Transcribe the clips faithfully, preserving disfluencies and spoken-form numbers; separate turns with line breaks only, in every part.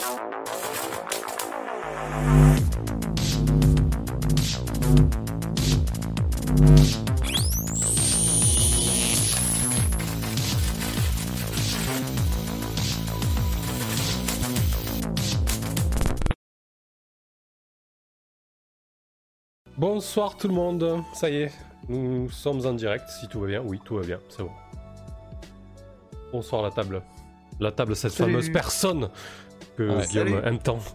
Bonsoir tout le monde, ça y est, nous sommes en direct, si tout va bien. Oui, tout va bien, c'est bon. Bonsoir la table. La table, cette
Salut.
fameuse personne que
Ouais,
Guillaume
salut.
aime tant.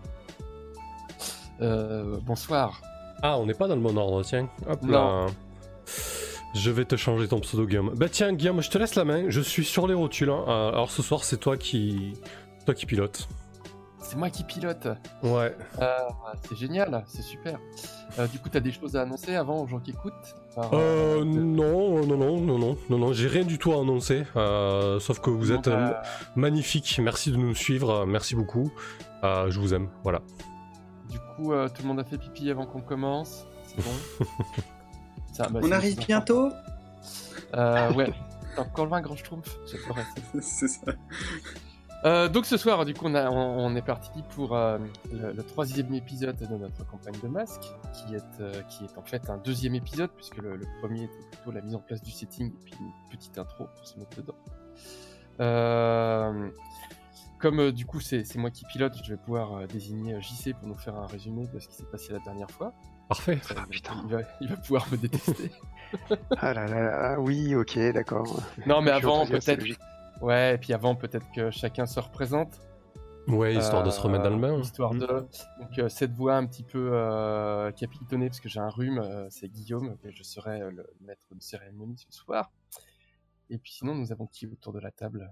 Euh, bonsoir.
Ah, on n'est pas dans le bon ordre, tiens. Hop
Non.
là. Je vais te changer ton pseudo, Guillaume. Bah tiens, Guillaume, je te laisse la main, je suis sur les rotules. Hein. Euh, Alors ce soir, c'est toi qui... toi qui pilote.
C'est moi qui pilote.
Ouais.
Euh, c'est génial, c'est super. Euh, du coup, t'as des choses à annoncer avant aux gens qui écoutent Par,
Euh,
euh,
non, non, non, non, non, non, non, j'ai rien du tout à annoncer, euh, sauf que vous
non,
êtes euh,
bah,
magnifiques, merci de nous suivre, euh, merci beaucoup, euh, je vous aime, voilà.
Du coup, euh, tout le monde a fait pipi avant qu'on commence. C'est bon. Ça, bah,
On
c'est-
arrive
c'est
bientôt.
Euh, ouais. T'as encore un grand schtroumpf. J'adorais ça.
C'est ça.
Euh, donc ce soir, du coup, on, a, on, on est parti pour euh, le, le troisième épisode de notre campagne de masques, qui est, euh, qui est en fait un deuxième épisode, puisque le, le premier était plutôt la mise en place du setting et puis une petite intro pour se mettre dedans. Euh, comme euh, du coup c'est, c'est moi qui pilote, je vais pouvoir euh, désigner euh, J C pour nous faire un résumé de ce qui s'est passé la dernière fois.
Parfait.
Euh,
Ah, putain.
il, va, il va pouvoir me détester.
Ah là là là, oui, ok, d'accord.
Non mais
Je suis
avant
enthousiaste, c'est
peut-être...
logique.
Ouais, et puis avant peut-être que chacun se représente.
Ouais, histoire de se remettre dans le bain.
Histoire de. Donc, euh, cette voix un petit peu euh, capitonnée, parce que j'ai un rhume, euh, c'est Guillaume, et je serai euh, le maître de cérémonie ce soir. Et puis sinon, nous avons qui autour de la table?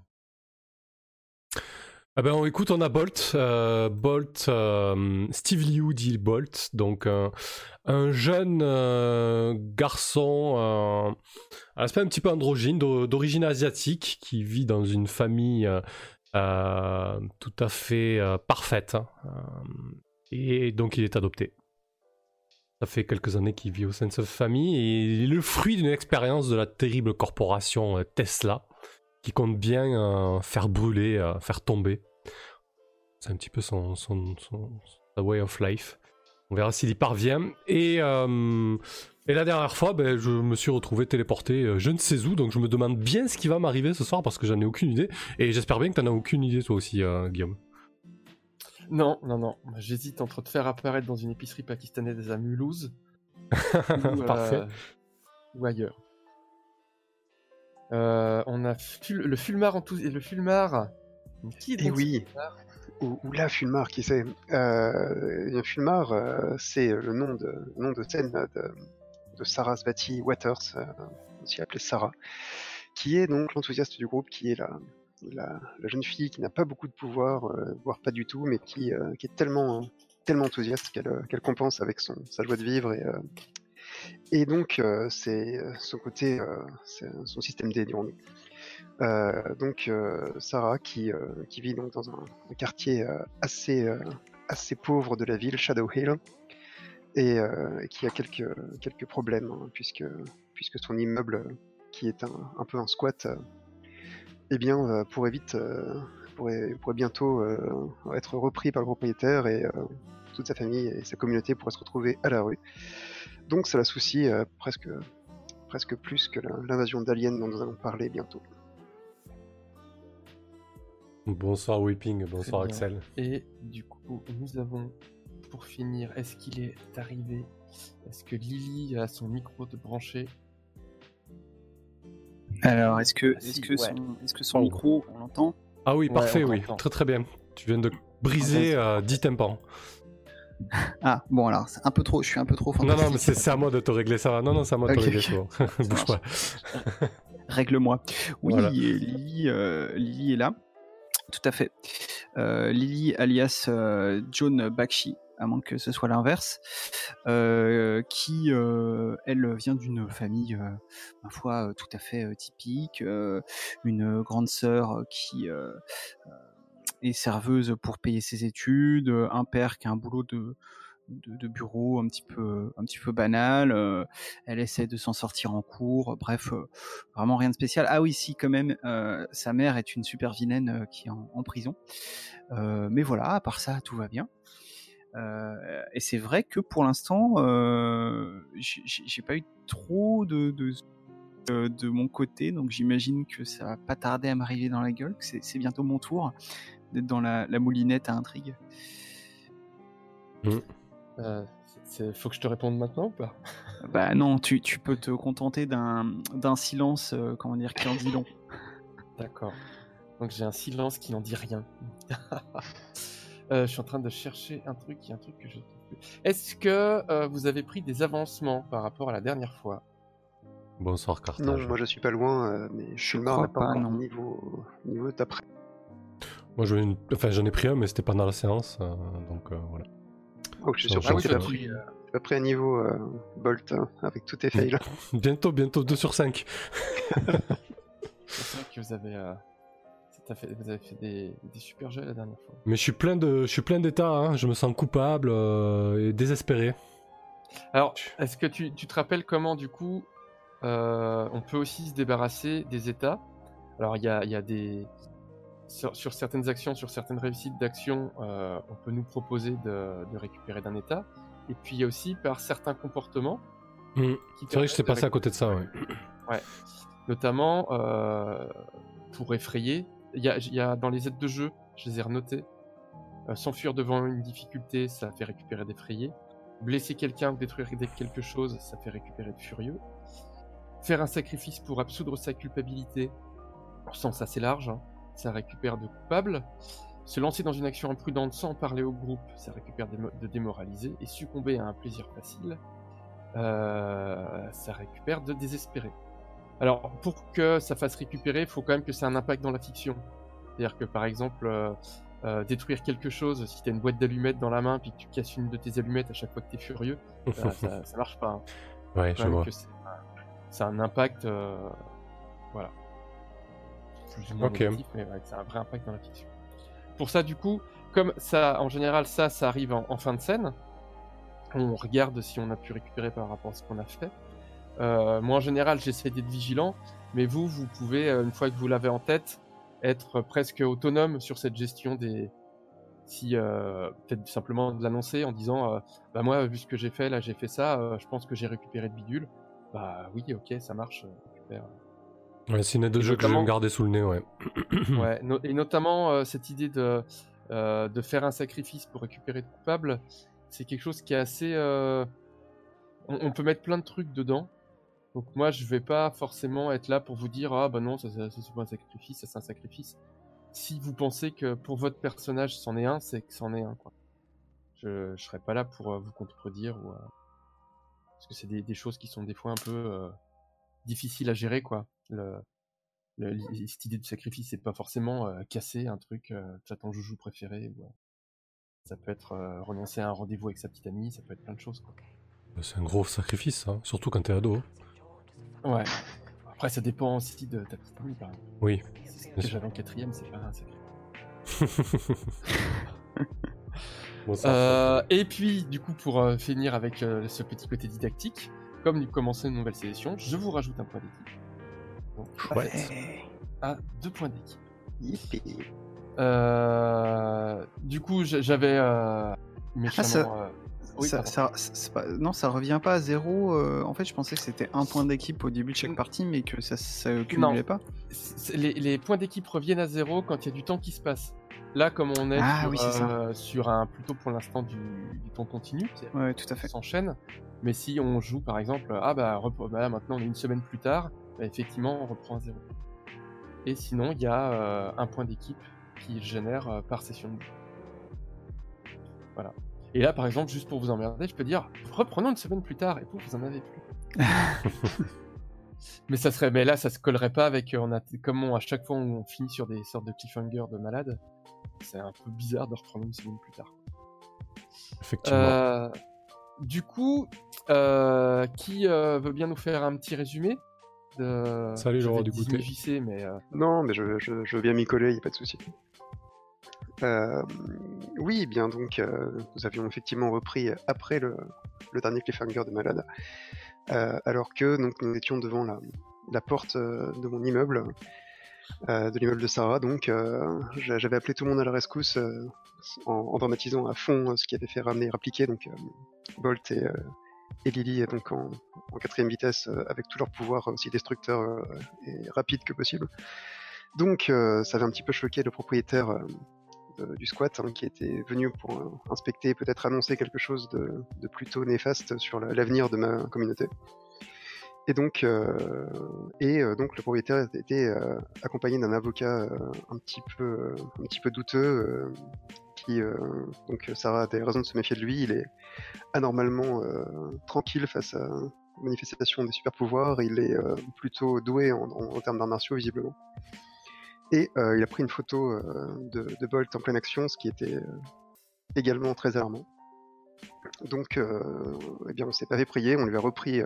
Ah ben écoute, on a Bolt, euh, Bolt, euh, Steve Liu dit Bolt, donc euh, un jeune euh, garçon euh, à l'aspect un petit peu androgyne, d'o- d'origine asiatique, qui vit dans une famille euh, euh, tout à fait euh, parfaite, hein, euh, et donc il est adopté. Ça fait quelques années qu'il vit au sein de cette famille, et il est le fruit d'une expérience de la terrible corporation euh, Tesla, qui compte bien euh, faire brûler, euh, faire tomber. C'est un petit peu son, son, son, sa way of life. On verra s'il y parvient. Et, euh, et la dernière fois, ben, je me suis retrouvé téléporté euh, je ne sais où, donc je me demande bien ce qui va m'arriver ce soir parce que j'en ai aucune idée. Et j'espère bien que t'en as aucune idée toi aussi, euh, Guillaume.
Non, non, non. J'hésite entre te faire apparaître dans une épicerie pakistanaise à Mulhouse ou,
Parfait.
euh, ou ailleurs. Euh, on a Ful- le Fulmar enthousi- et le Fulmar. Qui est
Et
donc ce
oui,
Fulmar
ou, ou là, Fulmar, qui c'est euh, Fulmar, euh, c'est le nom de, le nom de scène de, de Sarasvati Waters, euh, aussi appelée Sarah, qui est donc l'enthousiaste du groupe, qui est la, la, la jeune fille qui n'a pas beaucoup de pouvoir, euh, voire pas du tout, mais qui, euh, qui est tellement, tellement enthousiaste qu'elle, euh, qu'elle compense avec son, sa joie de vivre. Et, euh, et donc, euh, c'est euh, son côté, euh, c'est son système D, dirons-nous. Euh, donc euh, Sarah qui, euh, qui vit donc dans un, un quartier euh, assez, euh, assez pauvre de la ville, Shadow Hill, et euh, qui a quelques, quelques problèmes, hein, puisque, puisque son immeuble, euh, qui est un, un peu un squat, euh, eh bien, euh, pourrait vite, euh, pourrait, pourrait bientôt euh, être repris par le propriétaire, et euh, toute sa famille et sa communauté pourraient se retrouver à la rue. Donc ça la soucie euh, presque, presque plus que la- l'invasion d'aliens dont nous allons parler bientôt.
Bonsoir Whipping,
Très
bonsoir
bien.
Axel.
Et du coup, nous avons, pour finir, est-ce qu'il est arrivé? Est-ce que Lily a son micro de branché?
Alors, est-ce que,
Ah, si,
est-ce que
ouais.
son, est-ce que son
Oh.
micro, on l'entend?
Ah oui,
Ouais,
parfait,
on
oui.
t'entend.
Très très bien. Tu viens de briser euh, dix tympans.
Ah, bon alors, c'est un peu trop, je suis un peu trop
Non,
fantastique.
non, mais c'est c'est à moi de te régler ça. Non, non, c'est à moi de te
Ok,
régler
ok.
ça. Bouge pas.
marche. Règle-moi. Oui,
Voilà.
Lily, euh, Lily est là. Tout à fait. Euh, Lily, alias euh, Joan Bakshi, à moins que ce soit l'inverse, euh, qui, euh, elle, vient d'une famille, euh, ma foi, euh, tout à fait euh, typique, euh, une grande sœur qui euh, euh, est serveuse pour payer ses études, un père qui a un boulot de de, de bureau un petit peu, un petit peu banal. Euh, elle essaie de s'en sortir en cours. Bref, euh, vraiment rien de spécial. Ah oui, si quand même, euh, sa mère est une super vilaine euh, qui est en, en prison. Euh, mais voilà, à part ça, tout va bien. Euh, et c'est vrai que pour l'instant, euh, j'ai, j'ai pas eu trop de, de, de, de mon côté, donc j'imagine que ça va pas tarder à m'arriver dans la gueule, que c'est, c'est bientôt mon tour d'être dans la, la moulinette à intrigue.
Mmh.
Euh, c'est, faut que je te réponde maintenant ou pas?
Bah non, tu, tu peux te contenter d'un, d'un silence, euh, comment dire, qui en dit long.
D'accord. Donc j'ai un silence qui n'en dit rien. euh, je suis en train de chercher un truc, il y a un truc que je trouve plus. Est-ce que euh, vous avez pris des avancements par rapport à la dernière fois?
Bonsoir, Carthage.
Non, moi je suis pas loin, euh, mais Fulmar n'a pas
crois pas,
encore
non.
niveau, niveau d'après.
Moi, j'en ai, une... enfin, j'en ai pris un, mais c'était pendant la séance, euh, donc euh, voilà.
Oh, je suis
Ah
surpris
oui,
que
toi,
t'as
tu-
pris, euh, t'as pas pris un niveau euh, Bolt hein, avec tous tes fails.
Bientôt, bientôt deux sur cinq.
C'est vrai que vous avez, euh, ça fait, vous avez fait des, des super jeux la dernière fois.
Mais je suis plein de, je suis plein d'état, hein. Je me sens coupable euh, et désespéré.
Alors, est-ce que tu, tu te rappelles comment, du coup, euh, on peut aussi se débarrasser des états? Alors, il y a, il y a des... Sur, sur certaines actions, sur certaines réussites d'actions, euh, on peut nous proposer de, de récupérer d'un état. Et puis, il y a aussi par certains comportements...
Mmh.
qui
C'est vrai que j'étais
permettent de
passé à côté de ça, ouais.
Ouais. Notamment, euh, pour effrayer, il y a, il y a dans les aides de jeu, je les ai renotés. Euh, s'enfuir devant une difficulté, ça fait récupérer d'effrayé. Blesser quelqu'un ou détruire quelque chose, ça fait récupérer de furieux. Faire un sacrifice pour absoudre sa culpabilité, en sens assez large, hein, ça récupère de coupable. Se lancer dans une action imprudente sans en parler au groupe, ça récupère de, de démoraliser. Et succomber à un plaisir facile, euh, ça récupère de désespérer. Alors, pour que ça fasse récupérer, il faut quand même que ça ait un impact dans la fiction. C'est-à-dire que, par exemple, euh, euh, détruire quelque chose, si tu as une boîte d'allumettes dans la main, puis que tu casses une de tes allumettes à chaque fois que tu es furieux, ça, ça, ça marche pas. Hein.
Ouais,
Faut
je
quand même
vois.
que c'est un, un impact, euh, voilà. Plus ou moins
Ok.
négatif, mais ouais, c'est un vrai impact dans la fiction. Pour ça, du coup, comme ça, en général, ça, ça arrive en, en fin de scène, on regarde si on a pu récupérer par rapport à ce qu'on a fait. Euh, moi en général j'essaie d'être vigilant, mais vous, vous pouvez, une fois que vous l'avez en tête, être presque autonome sur cette gestion des... Si, euh, peut-être simplement de l'annoncer en disant euh, bah moi, vu ce que j'ai fait, là j'ai fait ça, euh, je pense que j'ai récupéré le bidule. Bah oui, ok, ça marche, je récupère.
Ouais, c'est une aide de
Et
jeu que je vais
notamment-
me garder sous le nez, ouais.
Ouais, no- et notamment euh, cette idée de, euh, de faire un sacrifice pour récupérer de coupable, c'est quelque chose qui est assez... euh, on, on peut mettre plein de trucs dedans. Donc moi, je vais pas forcément être là pour vous dire ah bah non, ça, ça, ça c'est pas un sacrifice, ça c'est un sacrifice. Si vous pensez que pour votre personnage c'en est un, c'est que c'en est un quoi. Je, je serai pas là pour euh, vous contredire ou euh, parce que c'est des, des choses qui sont des fois un peu euh, difficiles à gérer quoi. Le, le, cette idée de sacrifice, c'est pas forcément euh, casser un truc, euh, t'as ton joujou préféré. Ou, euh, ça peut être euh, renoncer à un rendez-vous avec sa petite amie, ça peut être plein de choses quoi.
C'est un gros sacrifice, hein, surtout quand t'es ado.
Ouais. Après, ça dépend aussi de ta petite amie, par exemple.
Oui.
Ce
Bien
que
sûr.
j'avais en quatrième, c'est pas un sacrifice.
Bon, ça,
Euh, et puis, du coup, pour euh, finir avec euh, ce petit côté didactique, comme nous commençons une nouvelle session, je vous rajoute un point d'équipe. Donc, à
Ouais.
fait, à deux points d'équipe.
Yippee.
Euh, du coup, j'- j'avais euh, méchamment...
ça-
euh, oui,
ça,
pardon.
ça, c'est pas- non, ça revient pas à zéro. euh, en fait, je pensais que c'était un point d'équipe au début de chaque
Mm.
partie, mais que ça ça cumulait pas.
C'est- Les, les points d'équipe reviennent à zéro quand il y a du temps qui se passe. Là, comme on est
Ah
sur,
oui, c'est ça.
euh, sur un plutôt pour l'instant du, du temps continu, c'est-
Ouais, tout à
on
fait.
s'enchaîne. Mais si on joue par exemple, ah bah, rep- bah là, maintenant on est une semaine plus tard, bah, effectivement on reprend à zéro. Et sinon il y a euh, un point d'équipe qui génère euh, par session de jeu. Voilà. Et là par exemple, juste pour vous emmerder, je peux dire reprenons une semaine plus tard et pouf, vous en avez plus. Mais ça serait, mais là ça se collerait pas avec, euh, on a, comme on, à chaque fois on finit sur des sortes de cliffhangers de malade, c'est un peu bizarre de reprendre une semaine plus tard.
Effectivement.
Euh, du coup, euh, qui euh, veut bien nous faire un petit résumé de...
Salut,
je
le roi
vais
du goûter.
désigner J C, mais euh,
Non, mais je, je, je veux bien m'y coller, y a pas de souci. Euh, oui, eh bien donc euh, nous avions effectivement repris après le, le dernier cliffhanger de Malade, euh, alors que donc nous étions devant la, la porte euh, de mon immeuble, euh, de l'immeuble de Sarah. Donc euh, j'avais appelé tout le monde à la rescousse euh, en, en dramatisant à fond euh, ce qui avait fait ramener et rappliquer donc euh, Bolt et, euh, et Lily donc en, en quatrième vitesse euh, avec tous leurs pouvoirs aussi destructeurs euh, et rapides que possible. Donc euh, ça avait un petit peu choqué le propriétaire euh, de, du squat hein, qui était venu pour euh, inspecter, peut-être annoncer quelque chose de, de plutôt néfaste sur la, l'avenir de ma communauté. Et donc, euh, et euh, donc le propriétaire était euh, accompagné d'un avocat euh, un petit peu, euh, un petit peu douteux, euh, qui euh, donc Sarah a des raisons de se méfier de lui. Il est anormalement euh, tranquille face à la manifestation des super pouvoirs. Il est euh, plutôt doué en, en, en termes d'arts martiaux visiblement. Et euh, il a pris une photo euh, de, de Bolt en pleine action, ce qui était euh, également très alarmant. Donc, euh, eh bien, on s'est pas fait prier, on lui a repris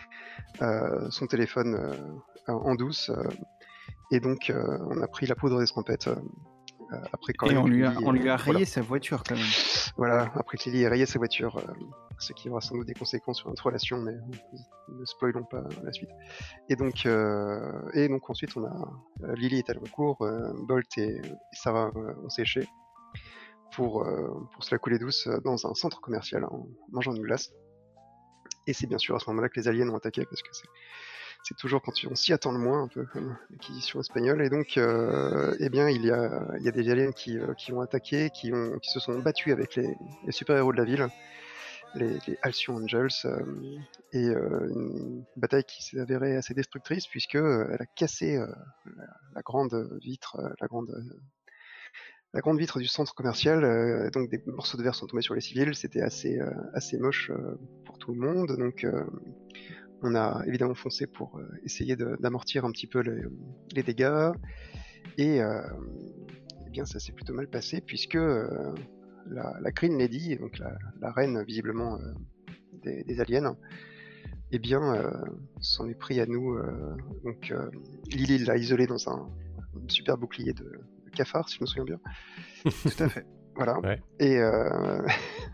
euh, son téléphone euh, en douce, euh, et donc euh, on a pris la poudre d'escampette. Euh, après quand
et
même
on lui, a,
Lily,
on lui a
euh,
rayé
voilà.
sa voiture quand même.
Voilà, après que Lily ait rayé sa voiture, euh, ce qui aura sans doute des conséquences sur notre relation, mais ne spoilons pas la suite. Et donc, euh, et donc ensuite on a euh, Lily est allée au cours, euh, Bolt et, et Sarah euh, ont séché pour, euh, pour se la couler douce dans un centre commercial en mangeant une glace. Et c'est bien sûr à ce moment-là que les aliens ont attaqué, parce que c'est, c'est toujours quand on s'y attend le moins, un peu comme l'acquisition espagnole. Et donc, euh, eh bien, il y a, il y a des aliens qui, euh, qui ont attaqué, qui, ont, qui se sont battus avec les, les super-héros de la ville, les, les Halcyon Angels, euh, et euh, une bataille qui s'est avérée assez destructrice, puisque euh, elle a cassé euh, la, la grande vitre, euh, la grande la grande vitre du centre commercial, euh, donc des morceaux de verre sont tombés sur les civils, c'était assez, euh, assez moche euh, pour tout le monde, donc euh, on a évidemment foncé pour euh, essayer de, d'amortir un petit peu les, les dégâts, et euh, eh bien ça s'est plutôt mal passé, puisque euh, la, la Green Lady, donc la, la reine visiblement euh, des, des aliens, eh bien euh, s'en est pris à nous, euh, donc euh, Lily l'a isolée dans un, un super bouclier de, de cafard, si je me souviens bien. Tout à fait. Voilà.
Ouais.
Et, euh,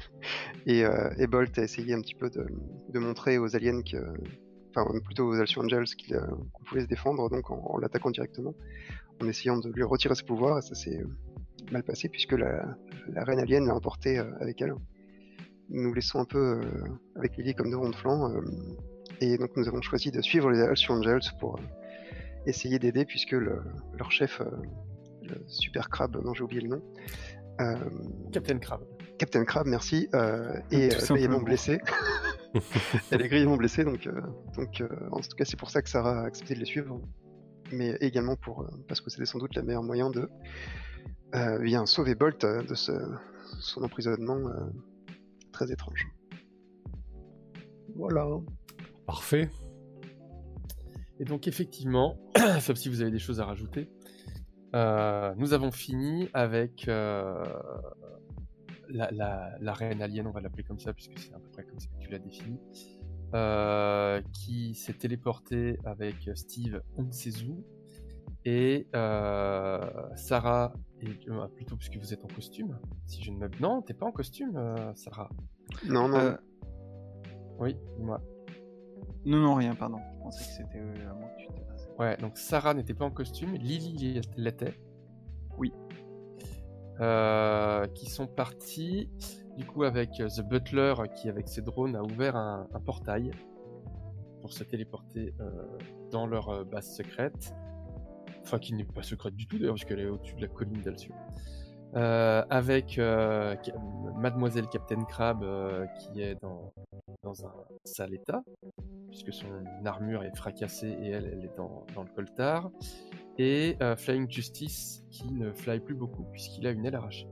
et, euh, et Bolt a essayé un petit peu de, de montrer aux aliens que, enfin plutôt aux Halcyon Angels qu'il, euh, qu'on pouvait se défendre, donc en, en l'attaquant directement, en essayant de lui retirer ses pouvoirs, et ça s'est mal passé puisque la, la reine alien l'a emporté euh, avec elle. Nous laissons un peu euh, avec Lily comme devant de flanc, euh, et donc nous avons choisi de suivre les Halcyon Angels pour euh, essayer d'aider, puisque le, leur chef, euh, le super crabe, non j'ai oublié le nom, euh,
Captain Crab.
Captain Crab, merci, euh, est euh, grièvement blessé. Elle est grièvement blessée, donc, euh, donc euh, en tout cas c'est pour ça que Sarah a accepté de les suivre, mais également pour, euh, parce que c'était sans doute le meilleur moyen de euh, bien sauver Bolt euh, de ce, son emprisonnement euh, très étrange. Voilà.
Parfait.
Et donc effectivement, sauf si vous avez des choses à rajouter, euh, nous avons fini avec euh, la, la, la reine alien, on va l'appeler comme ça, puisque c'est à peu près comme ça que tu l'as défini, euh, qui s'est téléportée avec Steve, on ne sait où, et euh, Sarah, et, euh, plutôt puisque vous êtes en costume, si je ne me... Non, t'es pas en costume, euh, Sarah.
Non, non.
Euh,
Oui, moi.
Non, non, rien, pardon. Je pensais que c'était euh, à moi que tu t'es passé.
Ouais, donc Sarah n'était pas en costume, Lily l'était.
Oui.
Euh, qui sont partis du coup avec The Butler qui avec ses drones a ouvert un, un portail pour se téléporter euh, dans leur euh, base secrète, enfin qui n'est pas secrète du tout d'ailleurs puisqu'elle est au-dessus de la colline d'Alcyon, euh, avec euh, Mademoiselle Captain Crab euh, qui est dans, dans un sale état puisque son armure est fracassée et elle, elle est dans, dans le coltard. Et euh, Flying Justice qui ne fly plus beaucoup puisqu'il a une aile arrachée.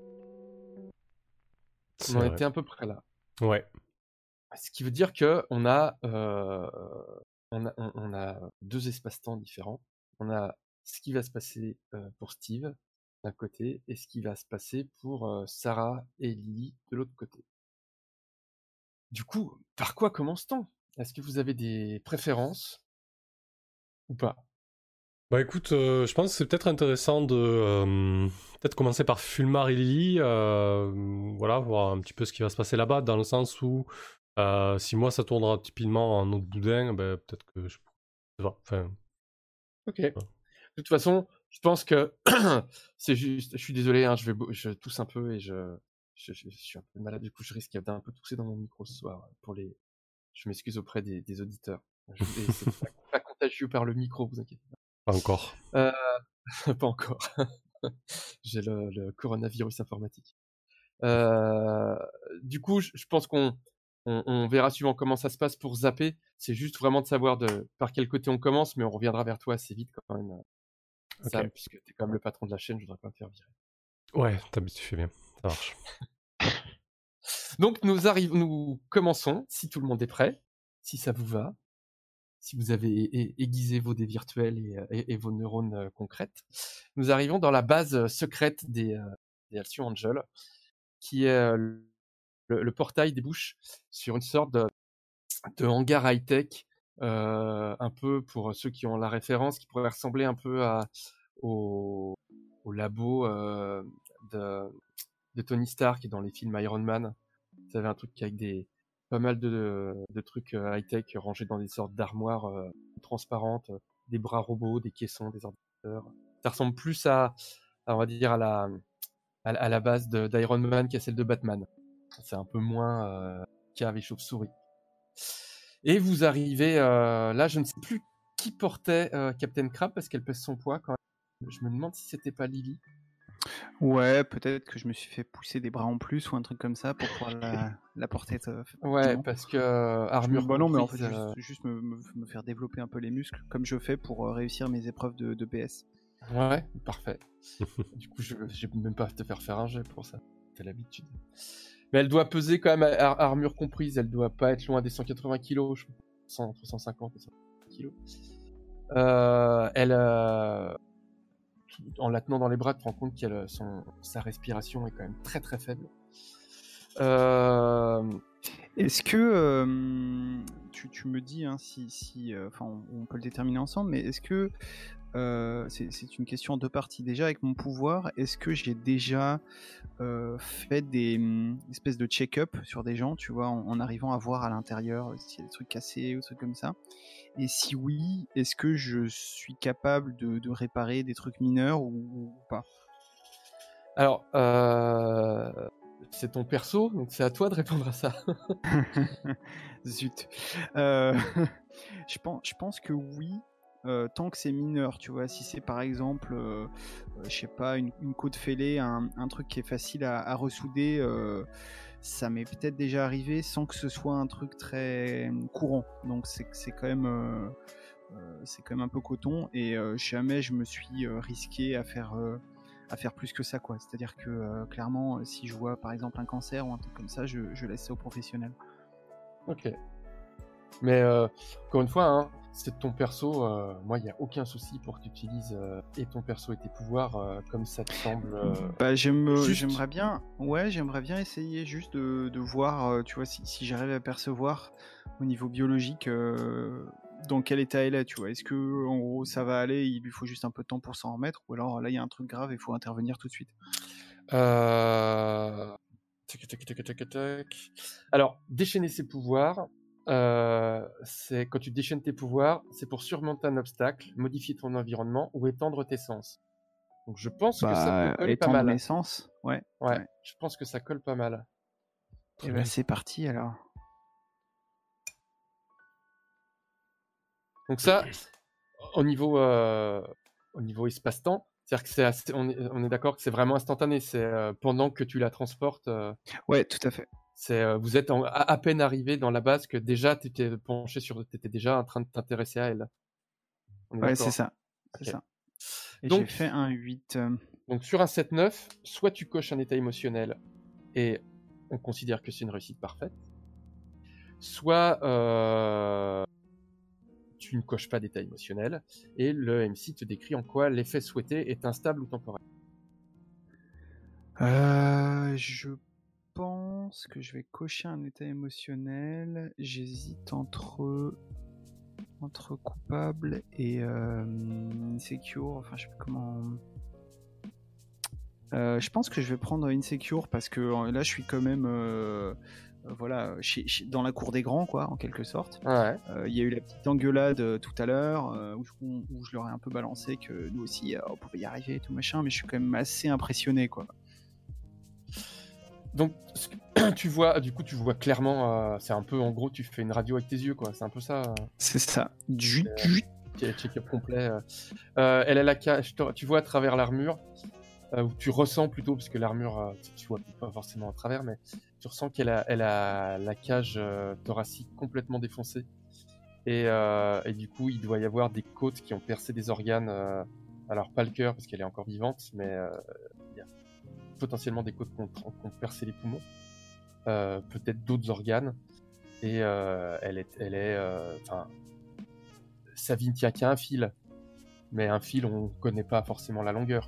C'est
on en
vrai.
était à peu près là.
Ouais.
Ce qui veut dire que on a, euh, on a, on, on a deux espaces-temps différents. On a ce qui va se passer euh, pour Steve d'un côté et ce qui va se passer pour euh, Sarah et Lily de l'autre côté. Du coup, par quoi commence-t-on ? Est-ce que vous avez des préférences ou pas ?
Bah écoute, euh, je pense que c'est peut-être intéressant de euh, peut-être commencer par Fulmar et Lily, euh, voilà, voir un petit peu ce qui va se passer là-bas, dans le sens où euh, si moi ça tournera typiquement en autre boudin, ben, peut-être que je... Enfin,
Ok. Ouais. De toute façon, je pense que c'est juste. Je suis désolé, hein, je vais, je tousse un peu et je, je, je, je suis un peu malade. Du coup, je risque d'un peu tousser dans mon micro ce soir. Pour les, je m'excuse auprès des, des auditeurs. Je, c'est pas, pas contagieux par le micro, vous inquiétez pas.
Pas encore.
Euh, pas encore. J'ai le, le coronavirus informatique. Euh, du coup, je, je pense qu'on on, on verra suivant comment ça se passe pour zapper. C'est juste vraiment de savoir de par quel côté on commence, mais on reviendra vers toi assez vite quand même, Sam, okay. Puisque t'es quand même le patron de la chaîne, je voudrais pas me faire virer.
Ouais, tu fais bien, ça marche.
Donc nous arrivons, nous commençons, si tout le monde est prêt, si ça vous va, si vous avez aiguisé vos dés virtuels et, et, et vos neurones euh, concrètes, nous arrivons dans la base secrète des, euh, des Halcyon Angel, qui est euh, le, le portail débouche sur une sorte de, de hangar high-tech, euh, un peu pour ceux qui ont la référence, qui pourrait ressembler un peu à, au, au labo euh, de, de Tony Stark dans les films Iron Man. Vous savez, un truc avec des pas mal de, de trucs high-tech rangés dans des sortes d'armoires euh, transparentes, des bras robots, des caissons, des ordinateurs. Ça ressemble plus à, à on va dire, à la, à, à la base de, d'Iron Man qu'à celle de Batman. C'est un peu moins euh, cave et chauve-souris. Et vous arrivez euh, là, je ne sais plus qui portait euh, Captain Crab parce qu'elle pèse son poids quand même. Je me demande si c'était pas Lily.
Ouais, peut-être que je me suis fait pousser des bras en plus ou un truc comme ça pour pouvoir la, la porter. Euh,
ouais, parce que euh, armure.
Je, bah non, mais en fait, juste, euh... juste me, me, me faire développer un peu les muscles comme je fais pour euh, réussir mes épreuves de, de P S.
Ouais, parfait. Du coup, je j'ai même pas te faire faire un jet pour ça. T'as l'habitude. Mais elle doit peser quand même, ar armure comprise, elle doit pas être loin des cent quatre-vingts kilos, je pense, entre cent cinquante et cent kilos. Euh, elle, euh, en la tenant dans les bras, tu te rends compte que sa respiration est quand même très très faible. Euh...
Est-ce que euh, tu, tu me dis hein, si, si euh, enfin, on, on peut le déterminer ensemble, mais est-ce que euh, c'est une question en deux parties. Déjà, avec mon pouvoir, est-ce que j'ai déjà euh, fait des um, espèces de check-up sur des gens, tu vois, en, en arrivant à voir à l'intérieur s'il y a des trucs cassés ou des trucs comme ça? Et si oui, est-ce que je suis capable de, de réparer des trucs mineurs ou, ou pas?
Alors, euh... c'est ton perso, donc c'est à toi de répondre à ça.
Zut. Euh, je, pense, je pense que oui, euh, tant que c'est mineur, tu vois. Si c'est par exemple, euh, euh, je sais pas, une, une côte fêlée, un, un truc qui est facile à, à ressouder, euh, ça m'est peut-être déjà arrivé sans que ce soit un truc très courant. Donc c'est quand même... Euh, euh, c'est quand même un peu coton et euh, jamais je me suis euh, risqué à faire... Euh, à faire plus que ça, quoi. C'est-à-dire que euh, clairement, si je vois par exemple un cancer ou un truc comme ça, je, je laisse ça aux professionnels.
Ok. Mais euh, encore une fois, hein, c'est ton perso. Euh, moi, il n'y a aucun souci pour que tu utilises euh, et ton perso et tes pouvoirs euh, comme ça te semble. Euh,
bah, j'aimerais juste... bien, ouais, j'aimerais bien essayer juste de, de voir, euh, tu vois, si, si j'arrive à percevoir au niveau biologique euh, dans quel état elle est, tu vois. Est-ce que en gros ça va aller, il lui faut juste un peu de temps pour s'en remettre, ou alors là il y a un truc grave et il faut intervenir tout de suite.
Euh... Tac, tac, tac, tac, tac. Alors, déchaîner ses pouvoirs. Euh, c'est quand tu déchaînes tes pouvoirs, c'est pour surmonter un obstacle, modifier ton environnement ou étendre tes sens. Donc je pense
bah,
que ça peut coller pas mal.
Étendre mes sens, ouais,
ouais.
Ouais.
Je pense que ça colle pas mal.
Et bah c'est parti alors.
Donc ça, au niveau, euh, au niveau espace-temps, c'est-à-dire que c'est assez, on est, on est d'accord que c'est vraiment instantané. C'est euh, pendant que tu la transportes. Euh,
ouais, tout à fait.
C'est, euh, vous êtes en, à, à peine arrivé dans la base que déjà tu étais penché sur, t'étais déjà en train de t'intéresser à elle.
Ouais, c'est ça. C'est
okay.
ça. Et j'ai fait un huit. Euh...
Donc sur un sept neuf, soit tu coches un état émotionnel et on considère que c'est une réussite parfaite, soit euh, tu ne coches pas d'état émotionnel et le M C te décrit en quoi l'effet souhaité est instable ou temporaire.
Euh, je pense que je vais cocher un état émotionnel. J'hésite entre entre coupable et euh, insecure. Enfin, je sais pas comment. Euh, je pense que je vais prendre insecure parce que euh, là, je suis quand même. Euh, euh, voilà, chez, chez- dans la cour des grands, quoi, en quelque sorte.
Ouais.
Euh, Il y a eu la petite engueulade euh, tout à l'heure euh, où, je- où je leur ai un peu balancé que nous aussi, euh, on pouvait y arriver et tout machin, mais je suis quand même assez impressionné, quoi.
Donc, ce que tu vois, du coup, tu vois clairement, euh, c'est un peu, en gros, tu fais une radio avec tes yeux, quoi. C'est un peu ça. euh,
C'est ça. Du,
Euh,
du.
check- check-up complet. euh. Euh, elle a la cage, tu vois à travers l'armure, euh, ou tu ressens plutôt, parce que l'armure, euh, tu- tu vois pas forcément à travers, mais tu ressens qu'elle a, elle a la cage euh, thoracique complètement défoncée. Et, euh, et du coup, il doit y avoir des côtes qui ont percé des organes. euh, alors, pas le cœur, parce qu'elle est encore vivante, mais euh, il y a potentiellement des côtes qui ont, qui ont percé les poumons. Euh, peut-être d'autres organes. Et euh, elle est, elle est, euh, enfin, sa vie ne tient qu'à un fil. Mais un fil, on connaît pas forcément la longueur.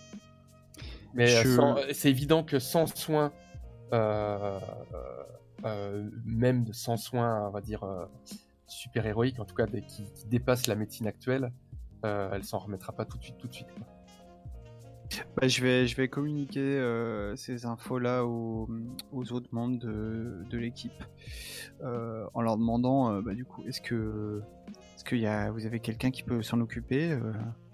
Mais euh,
Je-
sans- c'est évident que sans soin, euh, euh, même sans soin, on va dire, euh, super héroïque, en tout cas des- qui, qui dépasse la médecine actuelle, euh, elle s'en remettra pas tout de suite, tout de suite. quoi.
Bah, je vais, je vais communiquer euh, ces infos-là aux, aux autres membres de, de l'équipe euh, en leur demandant, euh, bah, du coup, est-ce que, est-ce qu'il y a, vous avez quelqu'un qui peut s'en occuper euh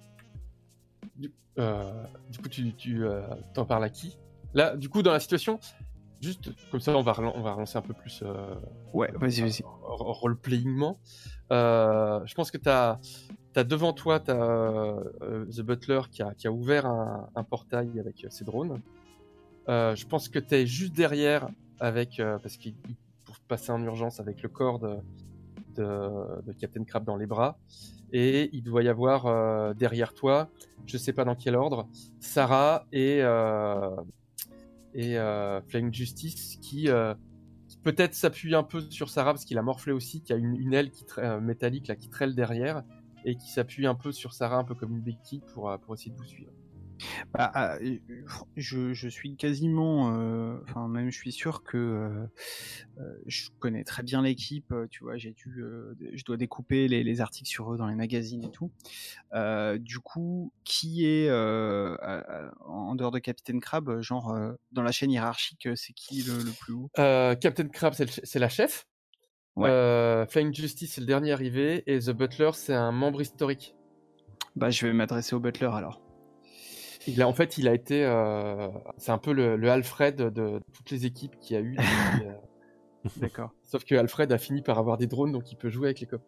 Du, euh, du coup, tu, tu euh, t'en parles à qui? Là, du coup, dans la situation, juste comme ça, on va, relan- on va relancer un peu plus euh,
Ouais, vas-y, vas-y.
r- role-playingment. Euh, je pense que t'as as devant toi t'as euh, The Butler qui a, qui a ouvert un, un portail avec euh, ses drones. Euh, je pense que t'es juste derrière avec euh, parce qu'il il- pour passer en urgence avec le corps de, de, de Captain Crab dans les bras. Et il doit y avoir euh, derrière toi, je sais pas dans quel ordre, Sarah et euh, et euh, Flying Justice qui, euh, qui peut-être s'appuie un peu sur Sarah parce qu'il a morflé aussi, qui a une, une aile qui tra- euh, métallique là qui traîne derrière et qui s'appuie un peu sur Sarah, un peu comme une béquille pour euh, pour essayer de vous suivre.
Bah, ah, euh, je, je suis quasiment, euh, enfin même je suis sûr que euh, euh, je connais très bien l'équipe. euh, Tu vois, j'ai dû, euh, je dois découper les, les articles sur eux dans les magazines et tout. Euh, du coup, qui est euh, euh, en dehors de Captain Crab, genre euh, dans la chaîne hiérarchique, c'est qui le, le plus haut?
Euh, Captain Crab c'est, le ch- c'est la chef.
Ouais.
Euh, Flying Justice c'est le dernier arrivé et The Butler c'est un membre historique.
Bah, je vais m'adresser au Butler alors.
Il a, en fait, il a été, euh, c'est un peu le, le Alfred de, de toutes les équipes qu'il y a eu. depuis, euh,
D'accord.
Sauf que Alfred a fini par avoir des drones, donc il peut jouer avec les copains.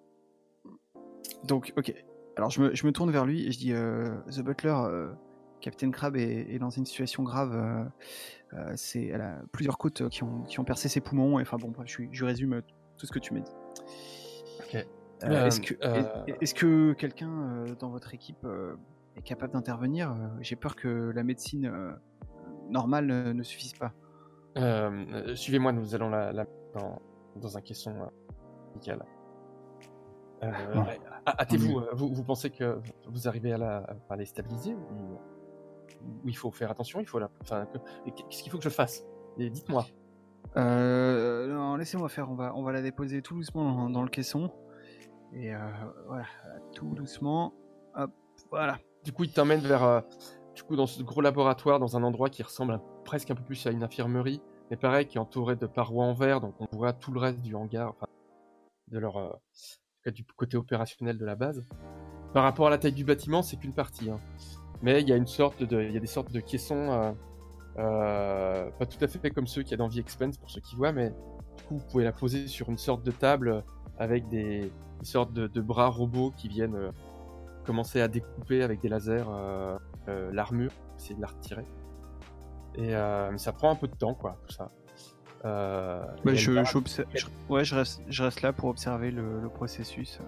Donc, ok. Alors, je me, je me tourne vers lui et je dis euh, The Butler, euh, Captain Crab est, est dans une situation grave. euh, euh, c'est, elle a plusieurs côtes qui ont, qui ont percé ses poumons. Et, enfin, bon, bref, je, je résume tout ce que tu m'as dit.
Ok.
Euh,
Euh,
est-ce, que,
euh,
est, est-ce que quelqu'un euh, dans votre équipe euh, est capable d'intervenir? Euh, J'ai peur que la médecine euh, normale euh, ne suffise pas.
euh, suivez-moi, nous allons la, la dans, dans un caisson euh, médical. Euh,
Bon.
ouais, hâtez-vous, euh, vous, vous pensez que vous arrivez à la, à la stabiliser ou, ou il faut faire attention, il faut la, enfin, que- qu'est-ce qu'il faut que je fasse? Et dites-moi.
Euh, non, laissez-moi faire. On va, on va la déposer tout doucement dans, dans le caisson. Et euh, voilà, tout doucement. Hop, voilà.
Du coup, il t'emmène vers, euh, du coup, dans ce gros laboratoire, dans un endroit qui ressemble un- presque un peu plus à une infirmerie, mais pareil, qui est entouré de parois en verre, donc on voit tout le reste du hangar, enfin, de leur, euh, en tout cas, du côté opérationnel de la base. Par rapport à la taille du bâtiment, c'est qu'une partie, hein. Mais il y a une sorte de, il y a des sortes de caissons, euh, euh, pas tout à fait comme ceux qu'il y a dans The Expanse pour ceux qui voient, mais du coup, vous pouvez la poser sur une sorte de table avec des, des sortes de, de bras robots qui viennent euh, commencer à découper avec des lasers euh, euh, l'armure, essayer de la retirer. Et euh, mais ça prend un peu de temps, quoi, tout ça. Euh,
Bah,
et
je,
elle va-
j'observe- je- ouais, je reste, je reste là pour observer le, le processus.